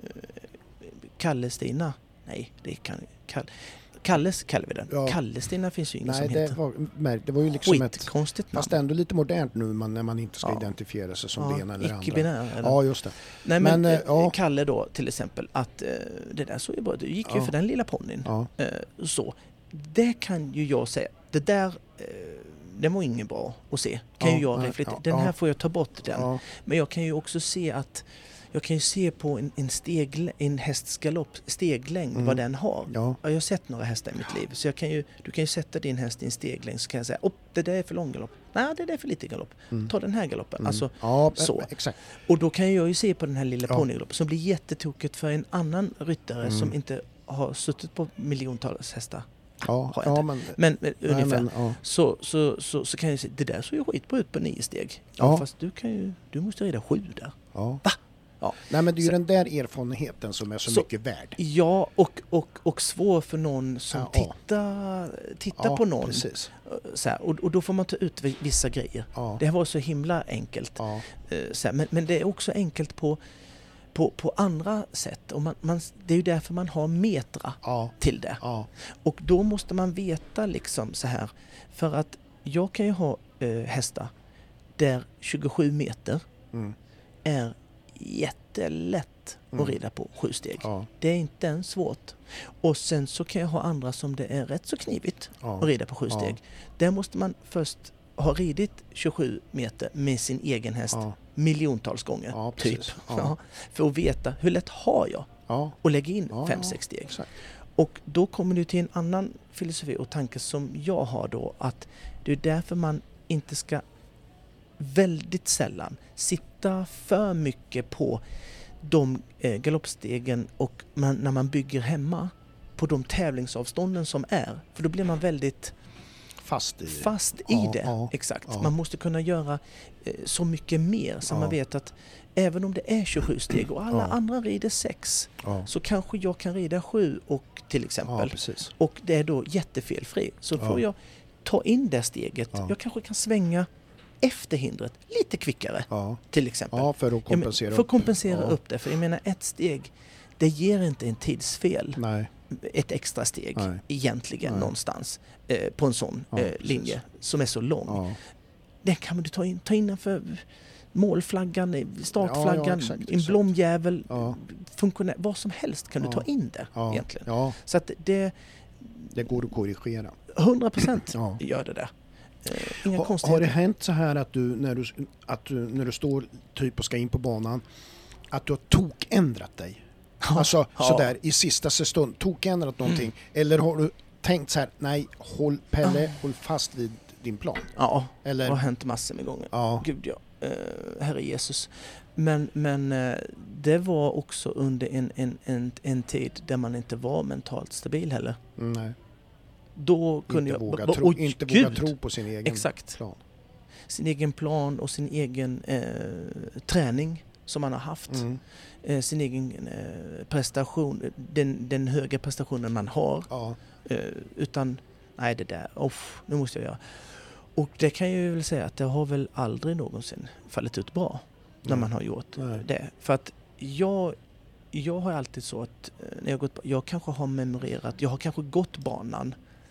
Kalle-Stina, nej det kan Kalle, Kalles kallar vi den. Ja. Kalle-Stina finns ju ingen nej, som det heter. Var, det var ju liksom Skit, ett konstigt fast ändå lite modernt nu man, när man inte ska ja. identifiera sig som ja, ben eller icke-binär, andra. eller? Ja, just det. Nej, men, men äh, ja. Kalle då till exempel, att äh, det där så ju bra, det gick ju ja. för den lilla ponnyn. Ja. Äh, så. Det kan ju jag säga, det där äh, det var ingen bra att se. Kan ja, ju jag reflektera. Ja, den här ja. får jag ta bort den. Ja. Men jag kan ju också se att jag kan ju se på en, en, steg, en hästgalopp, steglängd, mm. vad den har. Ja. Jag har sett några hästar i mitt liv. Så jag kan ju, du kan ju sätta din häst i en steglängd så kan jag säga, oh, det där är för lång galopp. Nej, det där är för lite galopp. Mm. Ta den här galoppen. Mm. Alltså, ja, så. Exakt. Och då kan jag ju se på den här lilla ja. ponnygaloppen som blir jättetokigt för en annan ryttare mm. som inte har suttit på miljontals hästar. Ja, ja, men, men, men nej, ungefär men, ja. så, så, så, så kan jag säga, det där så ju skitbra ut på nio steg. Ja, ja. Fast du kan ju, du måste rida sju där. Ja. Va? Ja. Nej, men det är ju så, den där erfarenheten som är så, så mycket värd. Ja, och, och, och svår för någon som ja, tittar, tittar ja, på någon. Precis. Så här, och, och då får man ta ut vissa grejer. Ja. Det här var så himla enkelt. Ja. Så här, men, men det är också enkelt på, på, på andra sätt. Och man, man, det är ju därför man har metra ja. till det. Ja. Och då måste man veta liksom så här. För att jag kan ju ha äh, hästar där tjugosju meter mm. är jättelätt mm. att rida på sju steg. Ja. Det är inte ens svårt. Och sen så kan jag ha andra som det är rätt så knivigt ja. att rida på sju ja. steg. Där måste man först ha ridit tjugosju meter med sin egen häst ja. miljontals gånger. Ja, typ. Ja. Ja, för att veta hur lätt har jag ja. att lägga in ja, fem, ja. sex steg. Exakt. Och då kommer du till en annan filosofi och tanke som jag har då, att det är därför man inte ska väldigt sällan sitta för mycket på de eh, galoppstegen och man, när man bygger hemma på de tävlingsavstånden som är. För då blir man väldigt fast i, fast i ja, det. Ja, Exakt. Ja. Man måste kunna göra eh, så mycket mer så ja. man vet att även om det är tjugosju steg och alla ja. andra rider sex ja. så kanske jag kan rida sju och till exempel. Ja, och det är då jättefelfri. Så ja. får jag ta in det steget. Ja. Jag kanske kan svänga efter hindret lite kvickare ja. till exempel. Ja, för att kompensera, men, för att kompensera upp. upp det. För jag menar ett steg, det ger inte en tidsfel. Nej. Ett extra steg Nej. egentligen Nej. någonstans eh, på en sån ja, eh, linje som är så lång. Ja. Den kan du ta in, ta innanför målflaggan, startflaggan, ja, ja, exakt, en blomjävel, ja. funktionär, vad som helst kan ja. du ta in det ja. egentligen. Ja. Så att det... Det går att korrigera. hundra procent ja. gör det där. Inga ha, konstigheter. Har det hänt så här att du när du, att du när du står typ och ska in på banan att du har tokändrat dig? Ja. Alltså ja. sådär i sista stund tokändrat någonting mm. eller har du tänkt så här, nej, håll Pelle, ja. håll fast vid din plan? Ja, eller? Det har hänt massor med gånger. Ja. Gud ja, uh, Herre Jesus. Men, men uh, det var också under en, en, en, en tid där man inte var mentalt stabil heller. Mm, nej. Då kunde inte jag... Våga tro, oh, inte våga tro på sin egen Exakt. plan. Sin egen plan och sin egen eh, träning som man har haft. Mm. Eh, sin egen eh, prestation, den, den höga prestationen man har. Ja. Eh, utan nej det där, off, nu måste jag göra. Och det kan jag ju väl säga att det har väl aldrig någonsin fallit ut bra när Mm. man har gjort Nej. det. För att jag, jag har alltid så att när jag, gått, jag kanske har memorerat, jag har kanske gått banan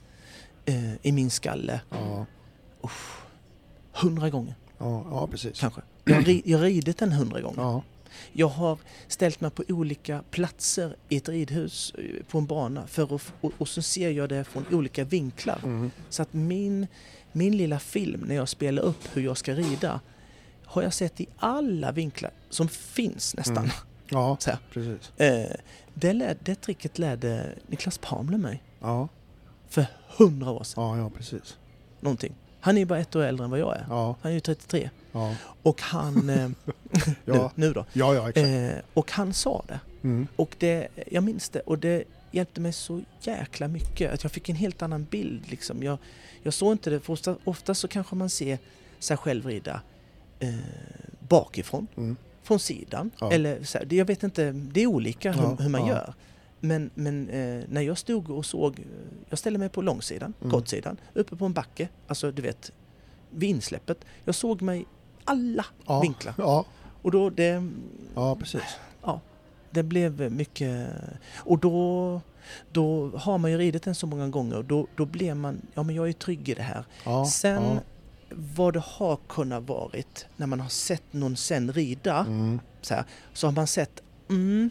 eh, i min skalle Ja, uff, hundra gånger ja, ja precis. kanske. Jag har, ri, jag har ridit den hundra gånger. Ja, Jag har ställt mig på olika platser i ett ridhus eh, på en bana för att, och, och så ser jag det från olika vinklar. mm. Så att min, min lilla film när jag spelar upp hur jag ska rida har jag sett i alla vinklar som finns nästan. Mm. Ja, Så här. precis. Eh, det, lär, det tricket lärde Niklas Palmler mig Ja, för hundra år sedan. ja, ja precis. Någonting. Han är ju bara ett år äldre än vad jag är. Ja, Han är ju trettiotre. ja, Och han... Eh, Ja. nu, nu då. ja, ja exakt. Eh, och han sa det. Mm. Och det, jag minns det. Och det hjälpte mig så jäkla mycket. Att jag fick en helt annan bild. Liksom. Jag, jag såg inte det. För ofta, ofta så kanske man ser sig själv rida eh, bakifrån. Mm. Från sidan. Ja. Eller så här, det, jag vet inte. Det är olika hur, Ja, hur man ja. gör. Men, men eh, när jag stod och såg. Jag ställde mig på långsidan. Mm. Kortsidan. Uppe på en backe. Alltså du vet. Vid insläppet. Jag såg mig alla Ja, vinklar. ja, Och då det... ja, precis. Ja, det blev mycket... Och då, då har man ju ridit den så många gånger. Och då, då blev man... Ja, men jag är trygg i det här. Ja, Sen ja. vad det har kunnat varit när man har sett någon sen rida Mm. så, här, så har man sett... Mm,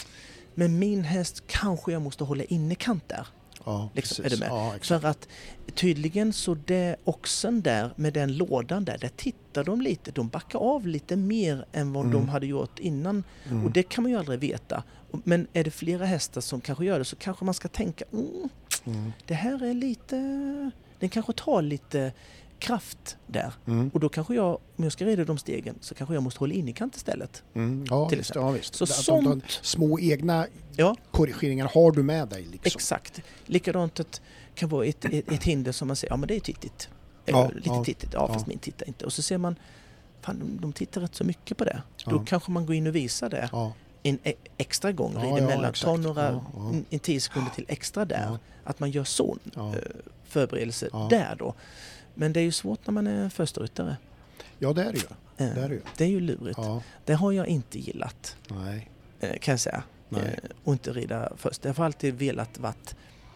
men min häst kanske jag måste hålla inne kant där. Ja, Liksom, precis. är du med? Ja, exakt. För att tydligen så det oxen där med den lådan där, där tittar de lite, de backar av lite mer än vad Mm. de hade gjort innan. Mm. Och det kan man ju aldrig veta. Men är det flera hästar som kanske gör det så kanske man ska tänka, mm, Mm. det här är lite, den kanske tar lite kraft där. Mm. Och då kanske jag, om jag ska rida de stegen, så kanske jag måste hålla in i kant istället. Mm. Ja, Till visst, exempel. ja, visst. Så Att de- sånt- de små egna Ja, korrigeringar har du med dig liksom. exakt. Likadant att det kan vara ett, ett, ett hinder som man säger, ja men det är tittigt. Ja, Eller lite ja, tittigt, ja fast ja. min tittar inte. Och så ser man, fan de, de tittar rätt så mycket på det. Då Ja. kanske man går in och visar det Ja, en e- extra gång, Ja, rider ja, mellan, ta exakt. några, Ja, ja. En, en tio sekunder till extra där. Ja. Att man gör sån ja. eh, förberedelse Ja. där då. Men det är ju svårt när man är försteryttare. ja, det är det ju. Eh, Det är det ju. det är ju lurigt. Ja, Det har jag inte gillat, nej. eh, kan jag säga. Nej. Eh, och inte rida först. Jag har alltid velat varit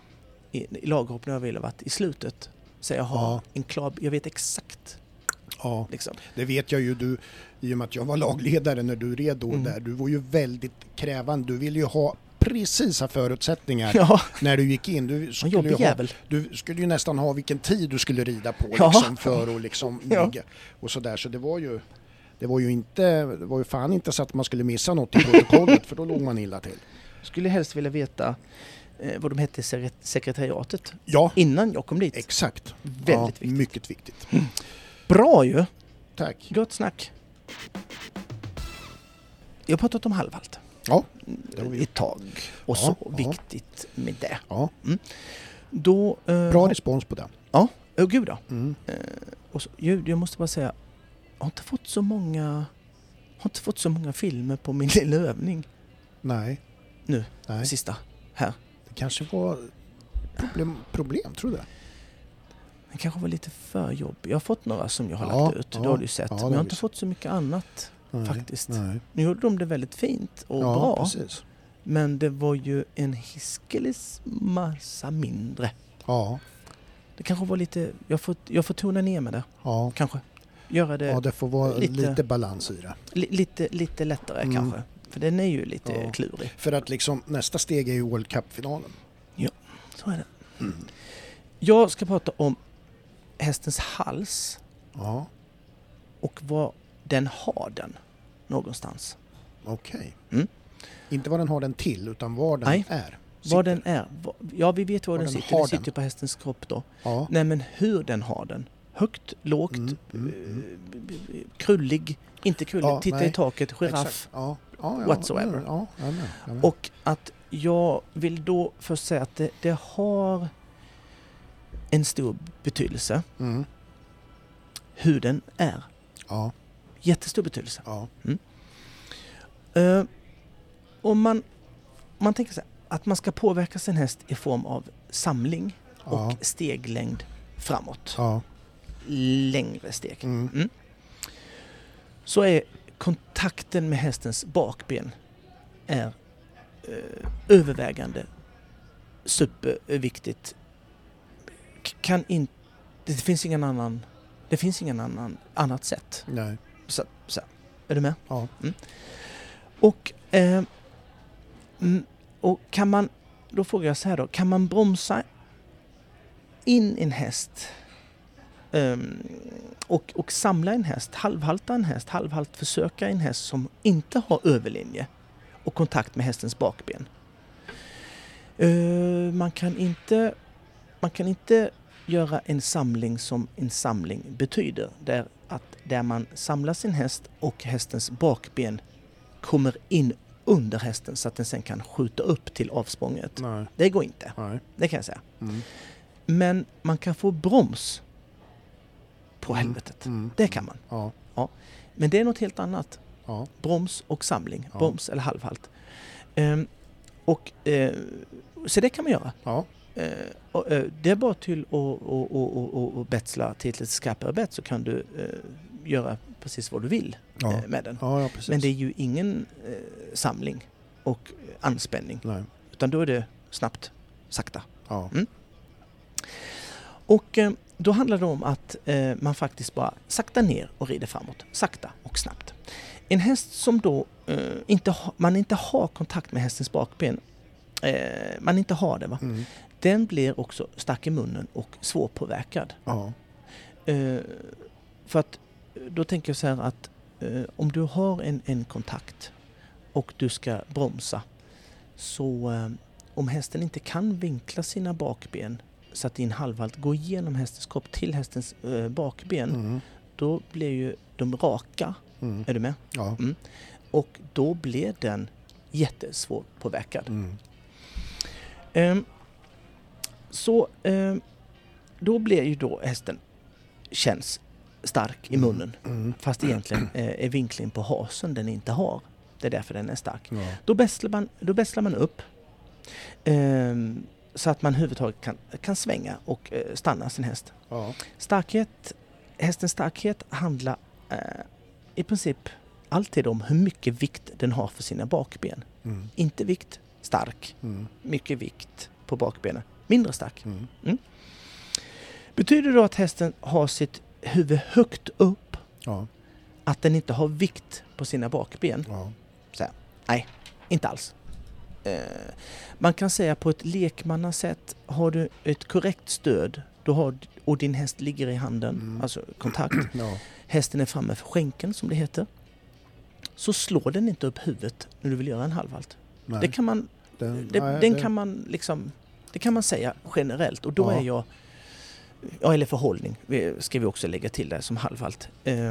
i, i laghopp när jag ville varit i slutet. Så jag har Ja. en klar, jag vet exakt Ja, liksom. det vet jag ju du, i och med att jag var lagledare när du red då Mm. där. Du var ju väldigt krävande. Du ville ju ha precisa förutsättningar Ja, när du gick in. Du en skulle, jobbig ju ha, jävel. du skulle ju nästan ha vilken tid du skulle rida på Ja. liksom, för att liksom Ja. ligga och sådär. Så det var ju det var ju inte, det var ju fan inte så att man skulle missa något i protokollet för då låg man illa till. Skulle helst vilja veta eh, vad de hette i sekret- sekretariatet Ja, innan jag kom dit. exakt. Väldigt ja, viktigt. Mycket viktigt. Bra ju! Tack. Gott snack. Jag har pratat om halvhalt Ja, det har vi ett tag. Och Ja, så ja. viktigt med det. ja. Då, eh, Bra har- respons på den. Ja, oh, gud ja. Mm. Eh, och så, jag, jag måste bara säga, jag har inte fått så många har inte fått så många filmer på min lilla övning Nej. nu, Nej. sista här. Det kanske var problem, problem tror du? Den kanske var lite för jobbig. Jag har fått några som jag har Ja, lagt ut, ja, det har du sett. ja, det Men jag har har vi inte sett. fått så mycket annat Nej. faktiskt. Nej. Nu gjorde de det väldigt fint och Ja, bra. precis. Men det var ju en hiskelis massa mindre. Ja, Det kanske var lite, jag får, jag får tona ner med det, ja. kanske. Göra det Ja, det får vara lite- lite, balans i det. li, lite, lite lättare Mm. kanske. För den är ju lite Ja. klurig. För att liksom nästa steg är ju World Cup-finalen. Så är det. Mm. Jag ska prata om hästens hals Ja, och vad den har den någonstans. okej. Mm. Inte vad den har den till, utan var den Nej. är. Vad den är. vad- Ja, vi vet var, Var den den sitter. har Den sitter den. ju på hästens kropp då. Ja. Nej, men hur den har den. Högt, lågt, Mm, mm, eh, mm. krullig, inte krullig, Ja, titta nej. i taket, giraff. Exakt. Ja, ja, ja, Whatsoever. Ja, ja, ja, ja. Och att jag vill då först säga att det, det har en stor betydelse Mm. hur den är. Ja, Jättestor betydelse. ja. Uh, om man, man tänker så här, att man ska påverka sin häst i form av samling och Ja. steglängd framåt. Ja. Längre steg. Mm. Mm. Så är kontakten med hästens bakben är eh, övervägande superviktigt. Kan in, det finns ingen annan det finns ingen annan annat sätt. Nej. Så, så. Är du med? Ja. Mm. Och, eh, mm, och kan man, då frågar jag så här då, kan man bromsa in en häst um, och, och samla en häst, halvhalta en häst, halvhalt försöka en häst som inte har överlinje och kontakt med hästens bakben? Uh, man kan inte man kan inte göra en samling som en samling betyder, där att där man samlar sin häst och hästens bakben kommer in under hästen så att den sen kan skjuta upp till avsprånget. Nej. Det går inte. Nej. Det kan jag säga. Mm. Men man kan få broms på Mm. helvetet. Mm. Det kan man. Ja. Men det är något helt annat. Ja. Broms och samling. Ja. Broms eller halvhalt. Ehm, och, eh, så det kan man göra. Ja. Eh, och, eh, det är bara till att och, och, och, och, och betsla till ett lite skarpare bett, så kan du eh, göra precis vad du vill Ja. eh, med den. Ja, ja, precis. Men det är ju ingen eh, samling och anspänning. Nej. Utan då är det snabbt, sakta. Ja. Mm. Och eh, då handlar det om att eh, man faktiskt bara sakta ner och rider framåt. Sakta och snabbt. En häst som då eh, inte ha, man inte har kontakt med hästens bakben, eh, man inte har det va? Mm. Den blir också stark i munnen och svårpåverkad. Ja. Eh, för att då tänker jag så här att eh, om du har en, en kontakt och du ska bromsa, så eh, om hästen inte kan vinkla sina bakben så att din halvhalt går igenom hästens kropp till hästens eh, bakben, Mm. då blir ju de raka, Mm. är du med? Ja. Mm. Och då blir den jättesvårpåverkad. Mm. Ehm, så ehm, då blir ju då hästen känns stark i munnen. Mm. Fast egentligen eh, är vinklingen på hasen den inte har. Det är därför den är stark. Ja. Då bästlar man, då bästlar man upp ehm, så att man överhuvudtaget kan, kan svänga och eh, stanna sin häst. Ja. Starkhet, hästens starkhet handlar eh, i princip alltid om hur mycket vikt den har för sina bakben. Mm. Inte vikt, stark. Mm. Mycket vikt på bakbenen. Mindre stark. Mm. Betyder då att hästen har sitt huvud högt upp, Ja. att den inte har vikt på sina bakben? Ja. Så här, nej, inte alls. Eh, man kan säga på ett lekmannasätt, har du ett korrekt stöd då har, och din häst ligger i handen, Mm. alltså kontakt, Ja. hästen är framme för skänken som det heter, så slår den inte upp huvudet när du vill göra en halvhalt. Nej. Det kan man, Den, det, nej, den det- kan man liksom, det kan man säga generellt, och då Ja. är jag, ja, eller förhållning vi- ska vi också lägga till där som halvhalt. Eh,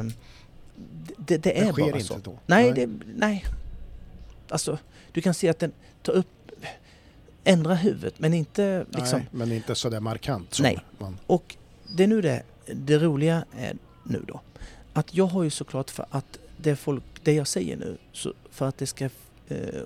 det, det är det sker bara inte så. då. Nej, det, nej. Alltså, du kan se att den tar upp, ändrar huvudet, men inte liksom. Nej, men inte så där markant. Som Nej. Man, Och det är nu det, det roliga är nu då, att jag har ju såklart för att det, folk, det jag säger nu, så för att det ska eh,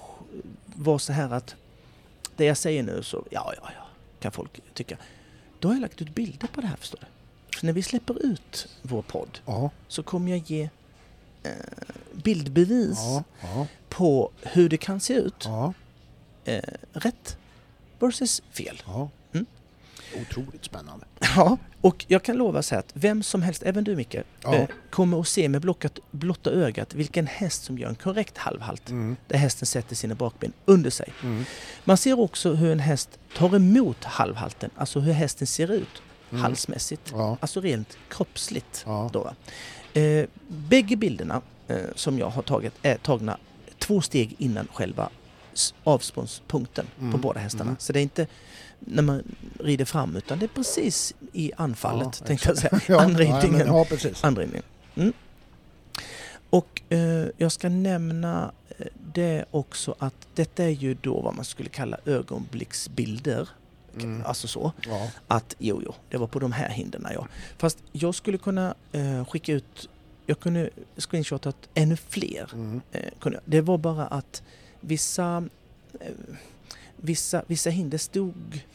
vara så här att det jag säger nu, så ja, ja, ja, kan folk tycka. Då har jag lagt ut bilder på det här, förstår du. Så när vi släpper ut vår podd ja. så kommer jag ge eh, bildbevis Ja. Ja. på hur det kan se ut. Ja. Eh, rätt versus fel. Ja. Mm. Otroligt spännande. Ja, och jag kan lova så här att vem som helst, även du Micke, Ja. eh, kommer att se med blockat, blotta ögat vilken häst som gör en korrekt halvhalt. Mm. Där hästen sätter sina bakben under sig. Mm. Man ser också hur en häst tar emot halvhalten, alltså hur hästen ser ut Mm. halsmässigt. Ja. Alltså rent kroppsligt. Ja. Då, va? Eh, bägge bilderna eh, som jag har tagit är tagna två steg innan själva s- avspånspunkten Mm. på båda hästarna. Mm. Så det är inte när man rider fram, utan det är precis i anfallet, Ja, tänkte jag säga. Ja, Anridningen. ja, men, ja, precis. Anridningen. Mm. Och eh, jag ska nämna eh, det också att detta är ju då vad man skulle kalla ögonblicksbilder. Mm. Alltså så. Ja. Att jo, jo, det var på de här hindren, ja. Fast jag skulle kunna eh, skicka ut, jag kunde screenshotat ännu fler. Mm. Eh, kunde jag. Det var bara att vissa, eh, vissa, vissa hinder stod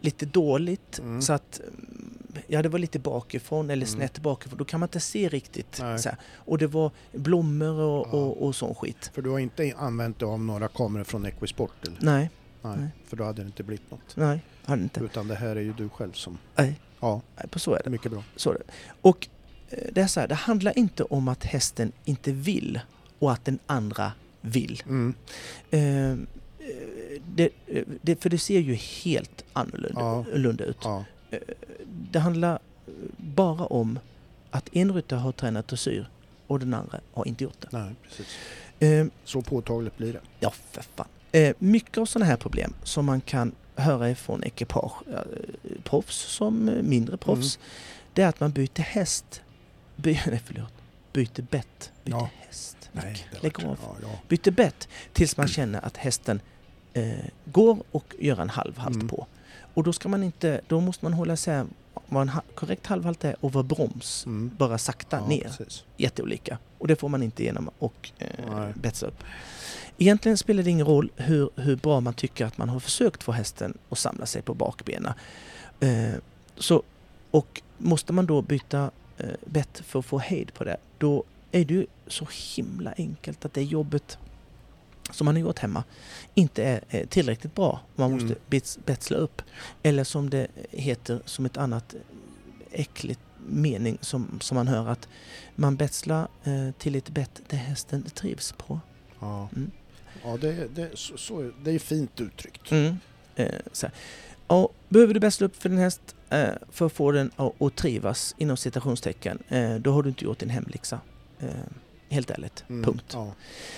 lite dåligt Mm. så att ja, det var lite bakifrån eller Mm. snett bakifrån. Då kan man inte se riktigt. Nej. Så här. Och det var blommor och, Ja. och, och sån skit. För du har inte använt dig av några kameror från Equisport? Eller? Nej, Nej, Nej. för då hade det inte blivit något. nej, hade inte. Utan det här är ju du själv som... Nej, Ja, nej, på så är det är det. mycket bra. Så är det. Och eh, det är så här, det handlar inte om att hästen inte vill och att den andra vill. Mm. Eh, det, det, för det ser ju helt annorlunda Ja. lunda ut. Ja. Det handlar bara om att en ryttare har tränat dressyr och den andra har inte gjort det. Nej, precis. Eh, Så påtagligt blir det. ja, för fan. Eh, mycket av sådana här problem som man kan höra ifrån ekipage, eh, proffs som eh, mindre proffs, Mm. det är att man byter häst. By, nej, förlåt. Byter bett. Byter Ja. häst. Nej, det Lägg var- av. Ja, ja. Byter bett tills man känner att hästen eh, går och gör en halvhalt Mm. på. Och då ska man inte, då måste man hålla sig vad en ha, korrekt halvhalt är och vad broms. Mm. Bara sakta Ja, ner. precis. Jätteolika. Och det får man inte genom och Nej. eh, betsa upp. Egentligen spelar det ingen roll hur, hur bra man tycker att man har försökt få hästen att samla sig på bakbenen. Eh, så, och måste man då byta eh, bett för att få hejd på det, då är det ju så himla enkelt att det jobbet som man har gjort hemma inte är, är tillräckligt bra. Man måste Mm. bets, betsla upp. Eller som det heter som ett annat äckligt mening som, som man hör att man betslar eh, till ett bett där hästen trivs på. Ja, Mm. ja det, det, så, så, det är fint uttryckt. Mm. Eh, så här. Och behöver du bästa upp för din häst eh, för att få den att, att trivas inom citationstecken, eh, då har du inte gjort din hemläxa. Eh, helt ärligt. Mm. Punkt. Ja.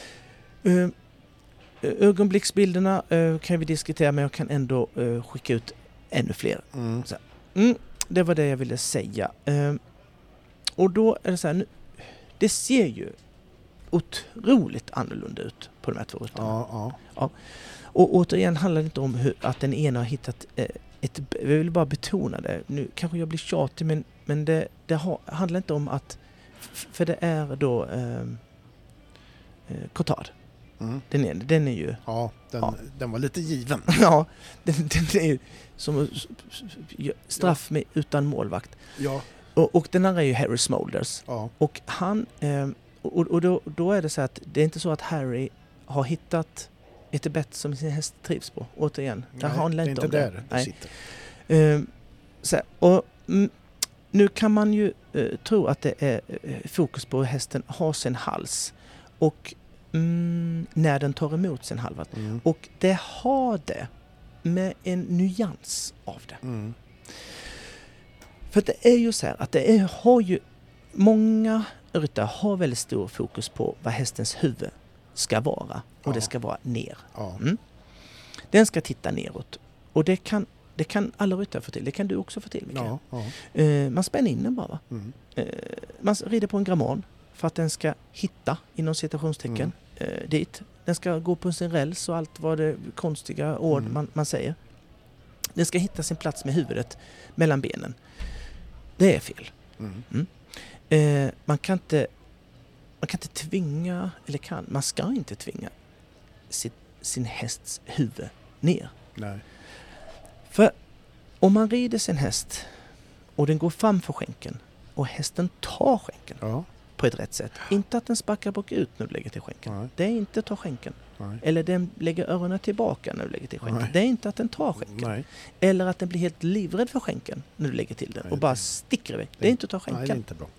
Eh, ögonblicksbilderna eh, kan vi diskutera, men jag kan ändå eh, skicka ut ännu fler. Mm. Mm, det var det jag ville säga. Eh, och då är det så här, nu, det ser ju otroligt annorlunda ut på de här två ryttarna. Ja, ja. Och återigen handlar det inte om hur, att den ena har hittat eh, ett... Jag vill bara betona det. Nu kanske jag blir tjatig, men, men det, det ha, handlar inte om att... f- För det är då eh, eh, Cotard. Mm. Den är, den är ju... Ja, den, Ja. den var lite given. Ja, den, den är ju som s- s- s- straff med, utan målvakt. Ja, Och, och den andra är ju Harry Smolders. ja. Och han... Eh, och och då, då är det så att det är inte så att Harry har hittat ett bett som sin häst trivs på. Återigen, det Nej, handlar det är inte inte om där det. det Nej. sitter. Eh, så här, och, mm, nu kan man ju eh, tro att det är eh, fokus på hur hästen har sin hals och mm, när den tar emot sin halvhalt. Mm. Och det har det med en nyans av det. Mm. För det är ju så här att det är, har ju många ryttare har väldigt stor fokus på vad hästens huvud ska vara och Ja. det ska vara ner. Ja. Mm. Den ska titta neråt och det kan, det kan alla ryttare få till. Det kan du också få till, Mikael. Ja, ja. Eh, man spänner in den bara. Va? Mm. Eh, man rider på en gramman för att den ska hitta, inom citationstecken, Mm. eh, dit. Den ska gå på sin räls och allt vad det konstiga ord Mm. man, man säger. Den ska hitta sin plats med huvudet mellan benen. Det är fel. Mm. Eh, man kan inte man kan inte tvinga, eller kan, man ska inte tvinga sitt, sin hästs huvud ner. Nej. För om man rider sin häst och den går fram för skänken och hästen tar skänken Ja. på ett rätt sätt. Inte att den sparkar bakut när du lägger till skänken. Nej. Det är inte att ta skänken. Nej. Eller den lägger öronen tillbaka när du lägger till skänken. Nej. Det är inte att den tar skänken. Nej. Eller att den blir helt livrädd för skänken när du lägger till den Nej, och bara det- sticker iväg. Det är inte att ta Nej, det är skänken. inte bra.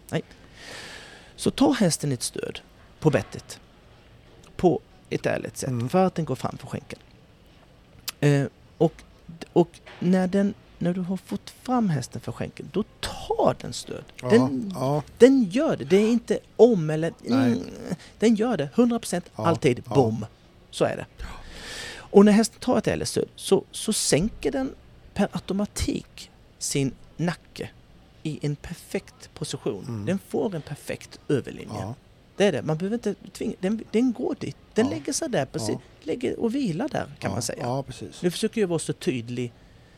Så ta hästen ett stöd på bettet på ett ärligt sätt Mm. för att den går fram för skänken. Eh, och, och när, den, när du har fått fram hästen för skänken, då tar den stöd. Ja, Den, ja, den gör det. Det är inte om eller... Nej. Mm, den gör det. hundra procent Ja, alltid. ja. Bom. Så är det. Och när hästen tar ett ärligt stöd så, så sänker den per automatik sin nacke i en perfekt position. Mm. Den får en perfekt överlinje. ja. Det är det. Man behöver inte tvinga. Den, den går dit. Den Ja. lägger sig där precis. Ja. Lägger och vilar där kan ja. man säga. Ja, precis. Nu försöker jag vara så tydlig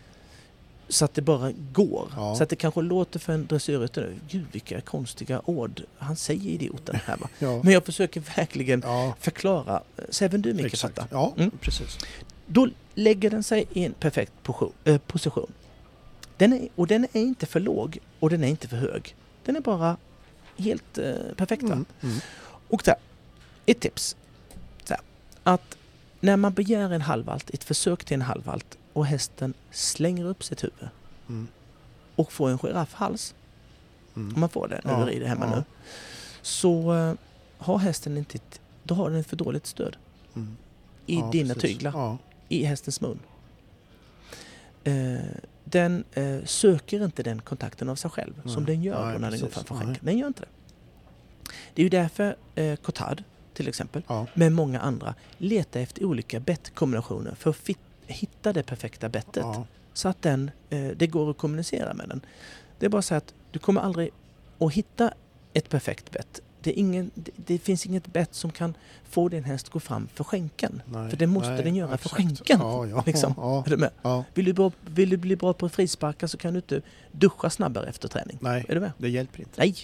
så att det bara går. Ja. Så att det kanske låter för en dressyrryttare. Gud vilka konstiga ord han säger, idioten här va. Ja. Men jag försöker verkligen Ja, förklara. Så även du Micke exakt. fattar. Ja, Mm. precis. Då lägger den sig i en perfekt position, äh, position. Den är, och den är inte för låg och den är inte för hög. Den är bara helt eh, perfekt. Mm, mm. Och så här, ett tips. Så här, att när man begär en halvvalt, ett försök till en halvvalt och hästen slänger upp sitt huvud Mm. och får en giraffhals, Mm. om man får det när Ja, du rider hemma ja. nu, så uh, har hästen inte ett, då har den ett för dåligt stöd Mm. i Ja, dina precis. tyglar, Ja. i hästens mun. Uh, den uh, söker inte den kontakten av sig själv Nej. som den gör Nej, då när den går precis. framför Nej. skänken. Den gör inte det. Det är ju därför uh, Cotard till exempel, Ja. med många andra, letar efter olika bettkombinationer för att fit- hitta det perfekta bettet. Ja. Så att den, eh, det går att kommunicera med den. Det är bara så att du kommer aldrig att hitta ett perfekt bett. Det, är ingen, det, det finns inget bett som kan få din häst att gå fram för skänken. Nej, för det måste nej, den göra exakt. för skänken. Ja, ja, liksom. ja, Är du med? ja. Vill, du bra, vill du bli bra på frisparkar så kan du inte duscha snabbare efter träning. Nej, Är du med? det hjälper inte. Nej.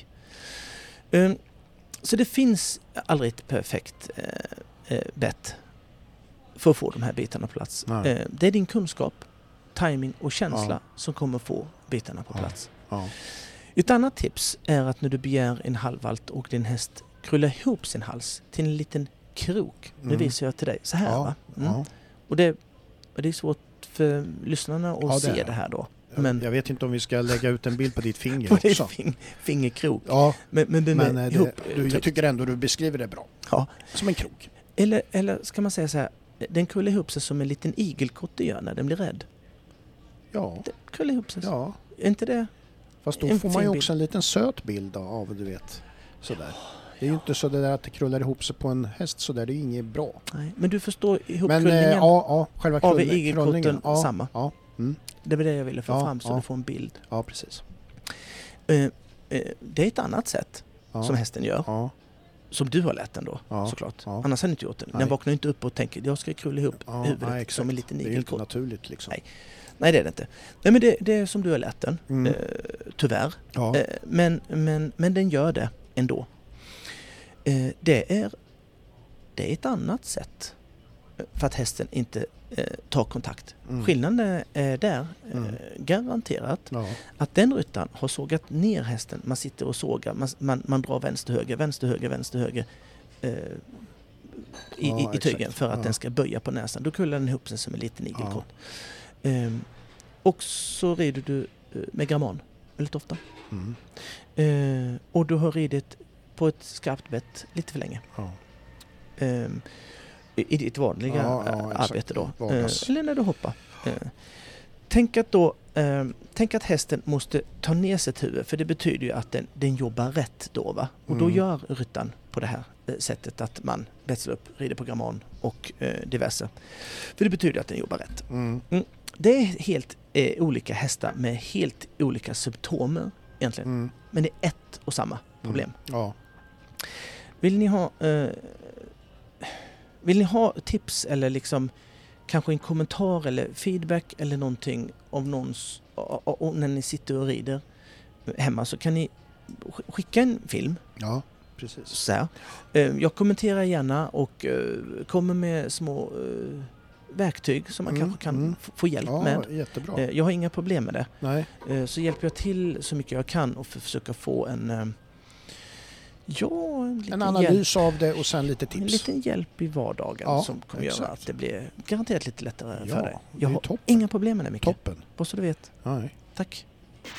Um, så det finns aldrig ett perfekt eh, eh, bett för att få de här bitarna på plats. Nej. Eh, det är din kunskap, timing och känsla Ja. som kommer få bitarna på Ja. plats. Ja. Ett annat tips är att när du begär en halvvalt och din häst krullar ihop sin hals till en liten krok. Nu Mm. visar jag till dig. Så här Ja. va? Mm. Ja. Och, det, och det är svårt för lyssnarna att Ja, det se är det det. här då. Jag- Men Jag vet inte om vi ska lägga ut en bild på ditt finger på din också. fing, fingerkrok. Ja, Men, men, den men är eh, ihop, det, du, jag tycker ändå du beskriver det bra. Ja. Som en krok. Eller, eller ska man säga så här, den krullar ihop sig som en liten igelkotte gör när den blir rädd. Ja, Den krullar ihop sig. ja. Är inte det? Fast då En får man ju fin också en liten söt bild av, du vet. Sådär. Det är ju inte så det där att det krullar ihop sig på en häst så där, det är ju inget bra. Nej, men du förstår Men ihopkrullningen. eh, ja, ja, själva Av krull, igelkotten krullningen. Ja, samma. Ja, mm, Det var det jag ville få Ja, fram så ja. du får en bild. ja precis. Eh, eh, det är ett annat sätt Ja, som hästen gör. ja, Som du har lärt den då, Ja, såklart. ja. Annars hade du inte gjort det. Nej. Den vaknar inte upp och tänker jag ska krulla ihop ja, huvudet nej, exakt. som en liten Det är ju inte igelkott. naturligt liksom. Nej. Nej, det är det inte. Nej, men det, det är som du har lärt den. Mm. Eh, tyvärr. Ja, Eh, men, men, men den gör det ändå. Eh, det, är, det är ett annat sätt för att hästen inte eh, tar kontakt. mm. Skillnaden är där, eh, Mm. garanterat, Ja, att den ryttaren har sågat ner hästen. Man sitter och sågar, man, man, man drar vänster, höger, vänster, höger, vänster, höger eh, i, Ja, i, i tygen exakt. för att Ja. den ska böja på näsan. Då kullar den ihop sig som en liten igelkott. Ehm, och så rider du eh, med gramman väldigt ofta. mm. Eh, och du har ridit på ett skarpt bett lite för länge. Ja. Ehm, i, I ditt vanliga Ja, ja, eh, exakt. arbete då. Vardags. Eh, eller när du hoppar. Eh, tänk att då eh, tänk att hästen måste ta ner sitt huvud, för det betyder ju att den, den jobbar rätt då va. Och då Mm. gör ryttaren på det här eh, sättet att man betslar upp, rider på gramman och eh, diverse. För det betyder att den jobbar rätt. Mm. Det är helt eh, olika hästar med helt olika symptomer egentligen. Mm. Men det är ett och samma problem. Mm. Ja. Vill ni ha eh, vill ni ha tips eller liksom kanske en kommentar eller feedback eller någonting av någons och, och, och när ni sitter och rider hemma, så kan ni sk- skicka en film Ja, precis. så här. Eh, jag kommenterar gärna och eh, kommer med små eh, verktyg som man Mm, kanske kan mm. f- få hjälp Ja, med. jättebra. Eh, jag har inga problem med det. Nej, Eh, så hjälper jag till så mycket jag kan och för, försöka få en eh, ja, en, liten en hjälp. analys av det och sen lite En tips. liten hjälp i vardagen Ja, som kommer göra exakt. att det blir garanterat lite lättare Ja, för dig. det är Jag ju har toppen. inga problem med det, Micke. Toppen. Bara så du vet. Nej. Tack.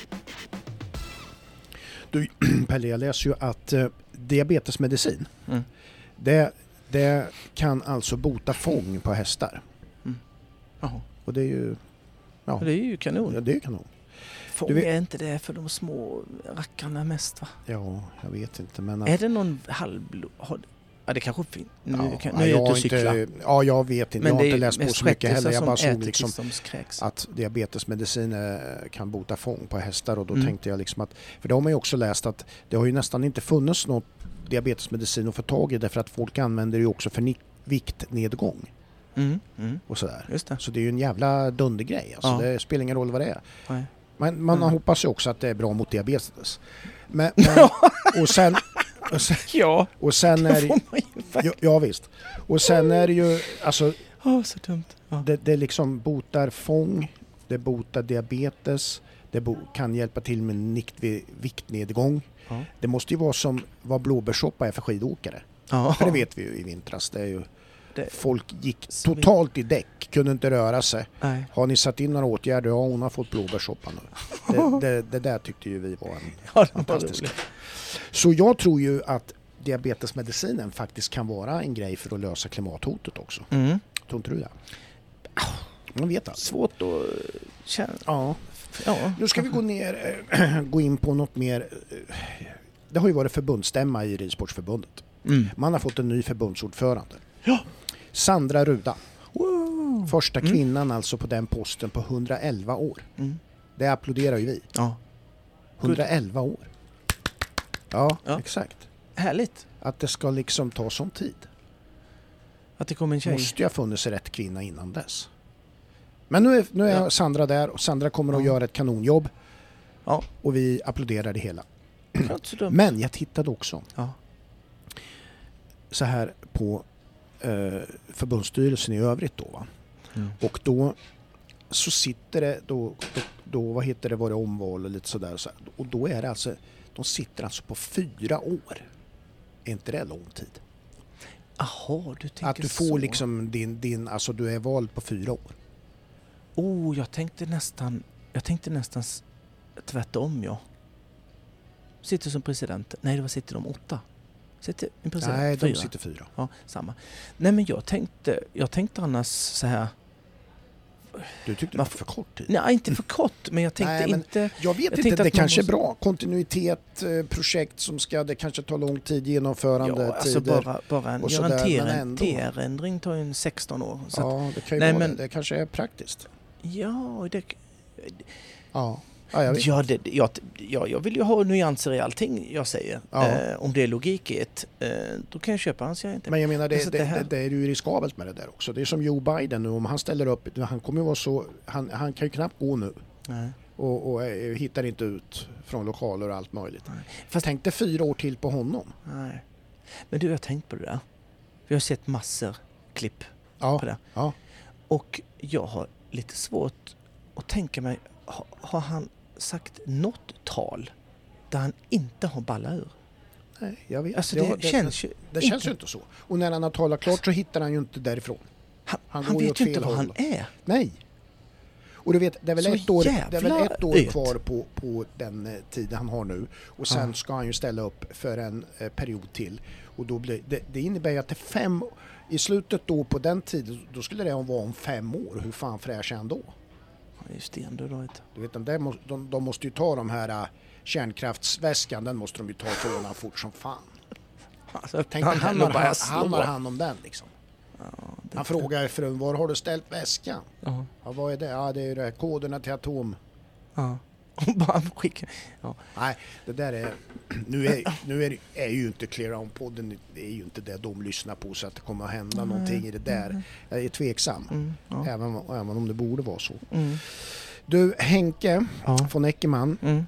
Du, Pelle, jag läser ju att eh, diabetesmedicin, Mm. det, det kan alltså bota fång på hästar. Jaha. Och det är ju, ja, Det är ju kanon. ja det är ju kanon. Fång du vet- är inte det för de små rackarna mest, va? Ja, jag vet inte. Men att, Är det någon halvblod... har- Ja, det kanske finns. Nu, ja, kan, ja, nu är jag jag ute och har cyklar. inte, ja, jag vet inte. Men jag har det är inte ju läst på mest så mycket sköttisar heller. Jag som bara såg äter liksom tills de kräks. att diabetesmedicin eh, kan bota fång på hästar och då Mm. tänkte jag liksom att, för det har man ju också läst att det har ju nästan inte funnits något diabetesmedicin att få tag i därför att folk använder det ju också för ni- viktnedgång Mm, mm, och sådär. just det. Så det är ju en jävla dundergrej. Alltså Ja. det spelar ingen roll vad det är. Nej. Men man Mm. hoppas ju också att det är bra mot diabetes. Men, men, och, sen, och, sen, Ja, och sen det är får det, man ju faktiskt. ja, ja visst. Och sen är det ju, alltså Åh, så dumt. Ja. det, det liksom botar fång, det botar diabetes, Det bo- kan hjälpa till med nikt- viktnedgång. Ja. Det måste ju vara som vad blåbärssoppa är för skidåkare. Ja. För det vet vi ju i vintras. Det är ju, Det- folk gick Så vi- totalt i däck, kunde inte röra sig. Nej. Har ni satt in några åtgärder? Ja, hon har fått blåbärssoppa nu. Det, det, det där tyckte ju vi var en Ja, det var fantastisk. roligt. Så jag tror ju att diabetesmedicinen faktiskt kan vara en grej för att lösa klimathotet också. Mm. Tror inte du det? Man vet allt. Svårt att känna. Ja. Ja. Nu ska vi gå ner, äh, gå in på något mer. Äh, det har ju varit förbundsstämma i Ridsportsförbundet. Mm. Man har fått en ny förbundsordförande. Ja. Sandra Ruda. Wow. Första Mm. kvinnan alltså på den posten på hundraelva år. Mm. Det applåderar ju vi. Ja. hundraelva år. Ja, Ja. exakt. Härligt Att det ska liksom ta sån tid. att det kommer en tjej. Måste ju ha funnits rätt kvinna innan dess. Men nu är, nu är Ja. Sandra där och Sandra kommer att Ja. göra ett kanonjobb. Ja. Och vi applåderar det hela. Inte så dumt. Men jag tittade också Ja. så här på eh, förbundsstyrelsen i övrigt då, va? Mm. Och då så sitter det då, då, då vad heter det, var det omval och lite sådär så här. Och då är det alltså, de sitter alltså på fyra år. Är inte det lång tid? Jaha, du tänker Att du får så. liksom din, din, alltså du är vald på fyra år. Oh, jag tänkte nästan jag tänkte nästan s- tvärtom, ja. Sitter som president. Nej, det var sitter de åtta. Sitter en president Nej, de fyra. sitter fyra. Ja, samma. Nej, men jag tänkte jag tänkte annars så här. Du tyckte det var Varför- för kort tid. Nej, inte för kort, men jag tänkte Nej, men inte. Jag vet Jag inte, tänkte det att man kanske måste- är bra. Kontinuitet, eh, projekt som ska, det kanske tar lång tid, genomförande Ja, alltså tider. bara, bara en, och göra en sådär, men ändå. T R-ändring tar ju en sexton år. Så att, Ja, det kan ju Nej, vara men- det. Det kanske är praktiskt. ja, det, Ja, ja jag vet. ja, det, jag, ja, jag vill ju ha nyanser i allting jag säger. Ja. Eh, om det är logik i ett, eh, då kan jag köpa, annars gör jag inte. Men jag menar, det, Alltså, det, det det, här- det är ju riskabelt med det där också. Det är som Joe Biden nu, om han ställer upp, han kommer ju vara så, han, han kan ju knappt gå nu. Nej. Och, och eh, hittar inte ut från lokaler och allt möjligt. Nej. Fast tänk dig fyra år till på honom. Nej. Men du, jag har tänkt på det där. Vi har sett massor klipp Ja, på det. ja. Och jag har lite svårt att tänka mig, ha, har han sagt något tal där han inte har ballat ur? Nej, jag vet. Alltså Ja, det, känns ju det känns ju inte så. Och när han har talat klart så hittar han ju inte därifrån. Han, Han han går ju vet åt ju inte fel vad håll. han är. Nej. Och du vet, det är väl Så ett år, det är väl jävla ett år öt. kvar på, på den eh, tiden han har nu. Och sen Ja. ska han ju ställa upp för en eh, period till. Och då blir, det, det innebär ju att det är fem, i slutet då på den tiden, då skulle det vara om fem år. Hur fan fräsch är han då? Han är ju stendöd då, vet du. Du vet, de, där måste, de, de måste ju ta de här äh, kärnkraftsväskan, den måste de ju ta ifrån honom fort som fan. Alltså, Tänk han, han, har, bara han, slår. han har hand om den liksom. Ja, det- Han frågar frun, var har du ställt väskan? Ja. Ja, vad är det? Ja, det är det, koderna till atom. Ja. Och bara skicka. Nej, det där är... Nu är, nu är, är ju inte Clear On-podden, det är ju inte det de lyssnar på, så att det kommer att hända Nej. någonting i det där. Jag är tveksam, Mm, ja. även, även om det borde vara så. Mm. Du, Henke Ja. von Eckermann, Mm.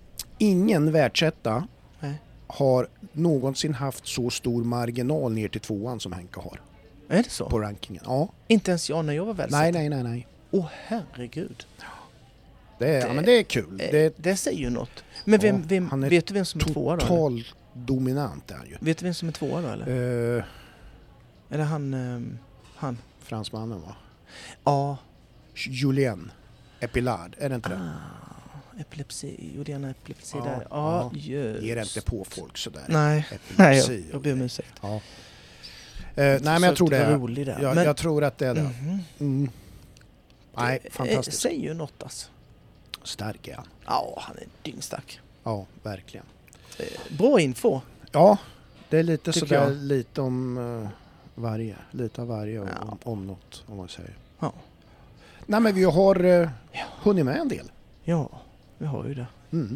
ingen världsetta Nej. har någonsin haft så stor marginal ner till tvåan som Henke har Är det så? på rankingen. Ja, Inte ens jag när jag var väl nej, nej, nej, nej. Åh, herregud. Det är, Det- ja, men det är kul. Eh, Det är Det säger ju något. Men vem, Ja, vem, han är vet du vem som är tvåa då? eller? total dominant är han ju. Vet du vem som är tvåa då eller? Uh, Eller han... ehm, han? fransmannen va? Ja. Julien Epilard, är det inte det? Ah, epilepsi. Gjorde han epilepsi Ja, där? Ja, ja. just. Ger inte på folk sådär. Nej, nej jag, Epilepsi jag och ber om grejer. ursäkt. Ja. Eh, nej, men jag tror det var är. rolig där. Jag, Men, jag tror att det är det. mhm. Mm. Nej, Det, eh, fantastiskt. säger ju något alltså. Stark är han. Ja, han är dyngstark. Ja, verkligen. Eh, Bra info. Ja, det är lite Tycker sådär jag. lite om uh, varje. Lite av varje och Ja. om, om något, om man säger. Ja. Nej, men vi har uh, Ja. hunnit med en del. Ja, vi har ju det. Mm.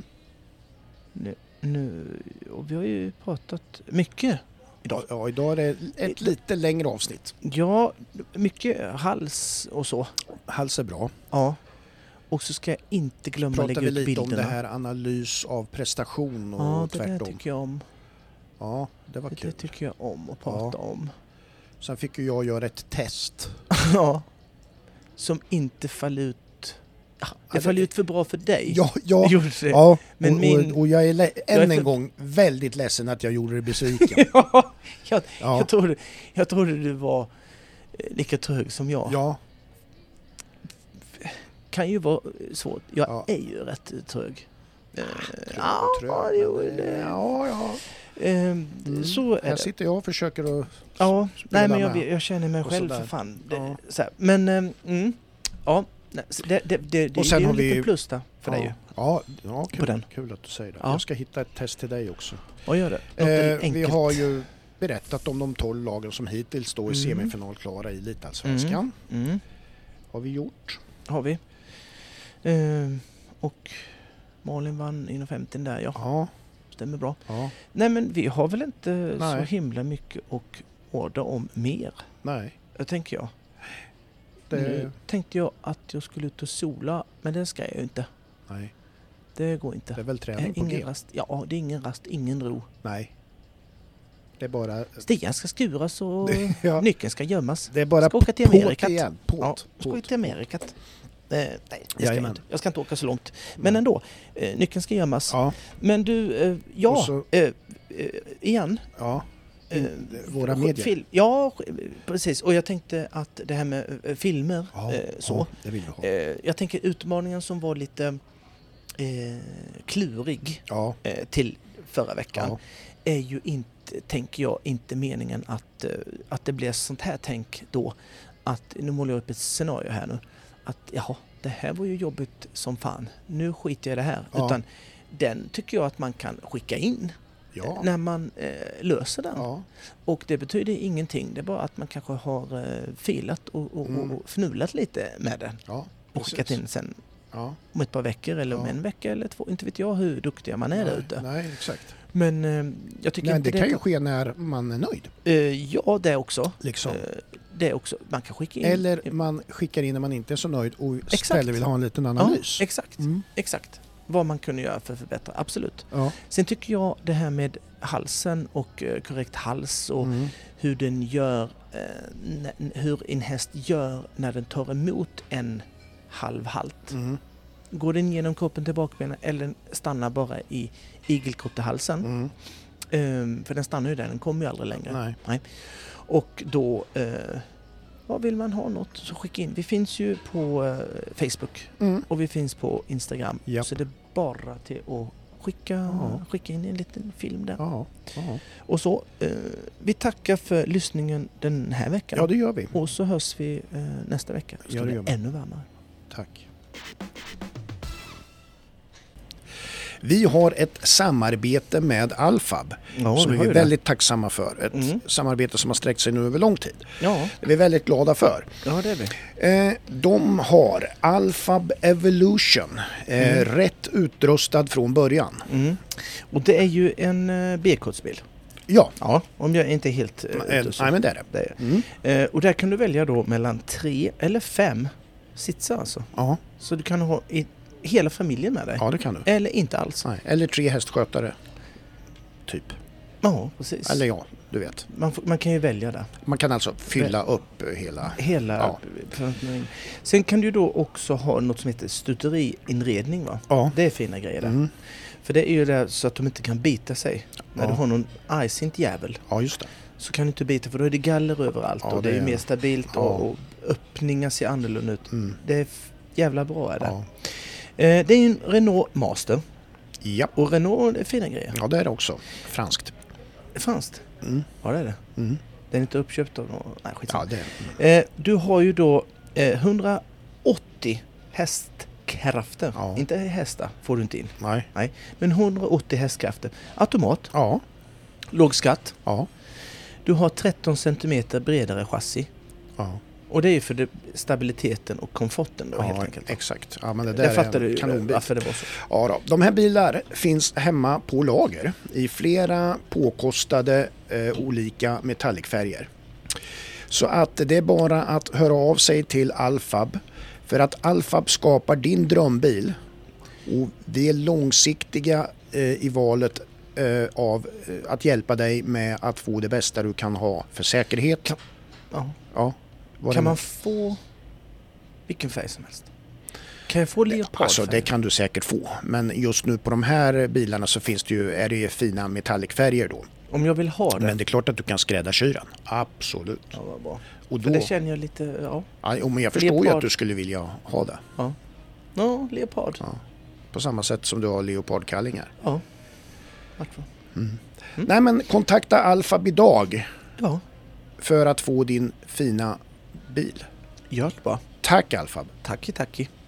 Nu, nu, och vi har ju pratat mycket idag. Ja, idag är det ett lite längre avsnitt. Ja, mycket hals och så. Hals är bra. Ja. Och så ska jag inte glömma Pratar lägga vi ut lite bilderna. om det här analys av prestation och Ja, det där tvärtom. tycker jag om. Ja, det var Det kul. där tycker jag om att prata om. Sen fick ju jag göra ett test. Ja. Som inte faller ut Ja, det föll ut för bra för dig. Ja, ja, gjorde det. ja. Men och, min... och, och jag är lä- än jag är för... en gång väldigt ledsen att jag gjorde det besviken. ja, jag, ja. jag, trodde, jag trodde du var lika trög som jag. Ja. Kan ju vara svårt. Jag ja. är ju rätt trög. Trög, ja, trög, jo, det, det. ja, ja. Mm. Så är Här det. sitter jag och försöker att Ja, nej men jag, med. jag känner mig Och själv sådär. för fan. Det, Ja. så här. Men, mm, ja, nej, det, det, det, det Och sen är ju har en vi- liten plus där för ja. dig ju. Ja, ja kul, På den. kul att du säger det. Ja. Jag ska hitta ett test till dig också. Vad gör det? Något Eh, enkelt. vi har ju berättat om de tolv lagen som hittills står i Mm. semifinalklara i Elitallsvenskan. Mm. Mm. Har vi gjort. Har vi. Ehm, och Malin vann inom femtio där, ja. Ja, Stämmer bra. ja, Nej men vi har väl inte Nej. så himla mycket att orda om mer, nej. jag tänker jag. Det, Nu tänkte jag att jag skulle ut och sola, men det ska jag ju inte. nej. Det går inte. Det är väl Eh, träning på ingen G? rast. Ja, det är ingen rast, ingen ro. Nej. Det är bara... Stigen ska skuras och ja, nyckeln ska gömmas. det är bara Ska åka till påt Amerikat. igen. Påt. Ja, ska påt. till Amerikat. Eh, nej, det ska jag, Jajamän. inte. Jag ska inte åka så långt. Men Nej. ändå, eh, nyckeln ska gömmas. Ja, Men du, eh, ja, Och så- eh, eh, igen. ja. Eh, Våra sk- medier. Fil- ja, sk- precis. Och jag tänkte att det här med eh, filmer, Ja, eh, så. ja, det vill vi ha. Eh, jag tänker utmaningen som var lite eh, klurig Ja, eh, till förra veckan ja. är ju inte, tänker jag, inte meningen att, eh, att det blir sånt här tänk då. Att, nu målar jag upp ett scenario här nu. Att jaha, det här var ju jobbigt som fan. Nu skiter jag i det här. Ja. Utan den tycker jag att man kan skicka in Ja. när man eh, löser den. Ja. Och det betyder ingenting. Det är bara att man kanske har eh, filat och, och, Mm. och fnulat lite med den. Ja, Och skickat precis. in sen Ja. om ett par veckor eller om Ja. en vecka eller två. Inte vet jag hur duktiga man är där Nej, ute. nej, exakt. Men eh, jag tycker Men inte det kan ju ske när man är nöjd. Eh, ja, det också. Liksom. Eh, det också. Man kan skicka in... Eller man skickar in när man inte är så nöjd och Exakt. istället vill ha en liten analys. Ja, exakt. Mm. Exakt. Vad man kunde göra för att förbättra. Absolut. Ja. Sen tycker jag det här med halsen och eh, korrekt hals och Mm. hur den gör, eh, n- hur en häst gör när den tar emot en halv halt. Mm. Går den genom kroppen till bakbenen eller stannar bara i igelkottehalsen? Mm. Ehm, för den stannar ju där, den kommer ju aldrig längre. Nej. Och då, eh, vad vill man ha något så skicka in. Vi finns ju på eh, Facebook Mm. och vi finns på Instagram. Ja. Så det är bara till att skicka, Ja. skicka in en liten film där. Ja. Ja. Och så, eh, vi tackar för lyssningen den här veckan. ja, det gör vi. Och så hörs vi eh, nästa vecka. Så Ja, det blir gör det vi. ännu varmare. Tack. Vi har ett samarbete med Alfab Ja, som vi vi har är ju det. väldigt tacksamma för. Ett Mm. samarbete som har sträckt sig nu över lång tid. Ja, Det är vi väldigt glada för. ja, det är vi. Eh, de har Alfab Evolution, eh, Mm. rätt utrustad från början. Mm. Och det är ju en eh, B-kodsbil. Ja, Ja, om jag inte är helt eh, eh, ute så. nej, men det är det. Det är. Mm. Eh, och där kan du välja då mellan tre eller fem sitsar alltså. Ja, Så du kan ha i, hela familjen med dig. ja, det kan du. Eller inte alls. Nej. Eller tre hästskötare, typ. Ja, precis. Eller ja, du vet. Man, får, man kan ju välja där. Man kan alltså fylla upp eh, hela... Hela Ja. förvaltningen. Sen kan du då också ha något som heter stuteriinredning, va? Ja. Det är fina grejer där. Mm. För det är ju där så att de inte kan bita sig. När Ja. du har någon argsint jävel Ja, just det. så kan du inte bita, för då är det galler överallt Ja, och det, det är är- mer stabilt Ja. och, och öppningar ser annorlunda ut. Mm. Det är f- jävla bra är det. Ja. Eh, det är en Renault Master Ja. och Renault är fina grejer. ja, det är det också. Franskt. Franskt? Mm. Ja, det är det. Mm. Den är inte uppköpt av någon... Nej, skitsamma. Ja, det är Eh, du har ju då eh, hundraåttio hästkrafter. Ja. Inte hästar får du inte in. Nej. Men hundraåttio hästkrafter. Automat, Ja. låg skatt. Ja. Du har tretton centimeter bredare chassi. Ja. Och det är ju för det, stabiliteten och komforten då, helt Ja, enkelt. exakt. Ja, men det där Jag är fattar en du kanonbit. varför det var så. Ja, då. De här bilar finns hemma på lager i flera påkostade eh, olika metallicfärger. Så att det är bara att höra av sig till Alfab, för att Alfab skapar din drömbil och vi är långsiktiga eh, i valet eh, av eh, att hjälpa dig med att få det bästa du kan ha för säkerhet. Ja. Ja, vad Kan det- man få vilken färg som helst? Kan jag få leopardfärg? Alltså det kan du säkert få. Men just nu på de här bilarna så finns det ju, är det ju fina metallicfärger då. Om jag vill ha det? Men det är klart att du kan skräddarsy den. Absolut. Ja, vad bra. Och då, För det känner jag lite, ja. Ja, men jag förstår leopard. ju att du skulle vilja ha det. Ja, ja leopard. Ja. På samma sätt som du har leopardkallingar. Ja. Mm. Mm. Nej men kontakta Alfab idag. Ja. För att få din fina bil. Gör det bara. Tack Alfab. Tacki, tacki.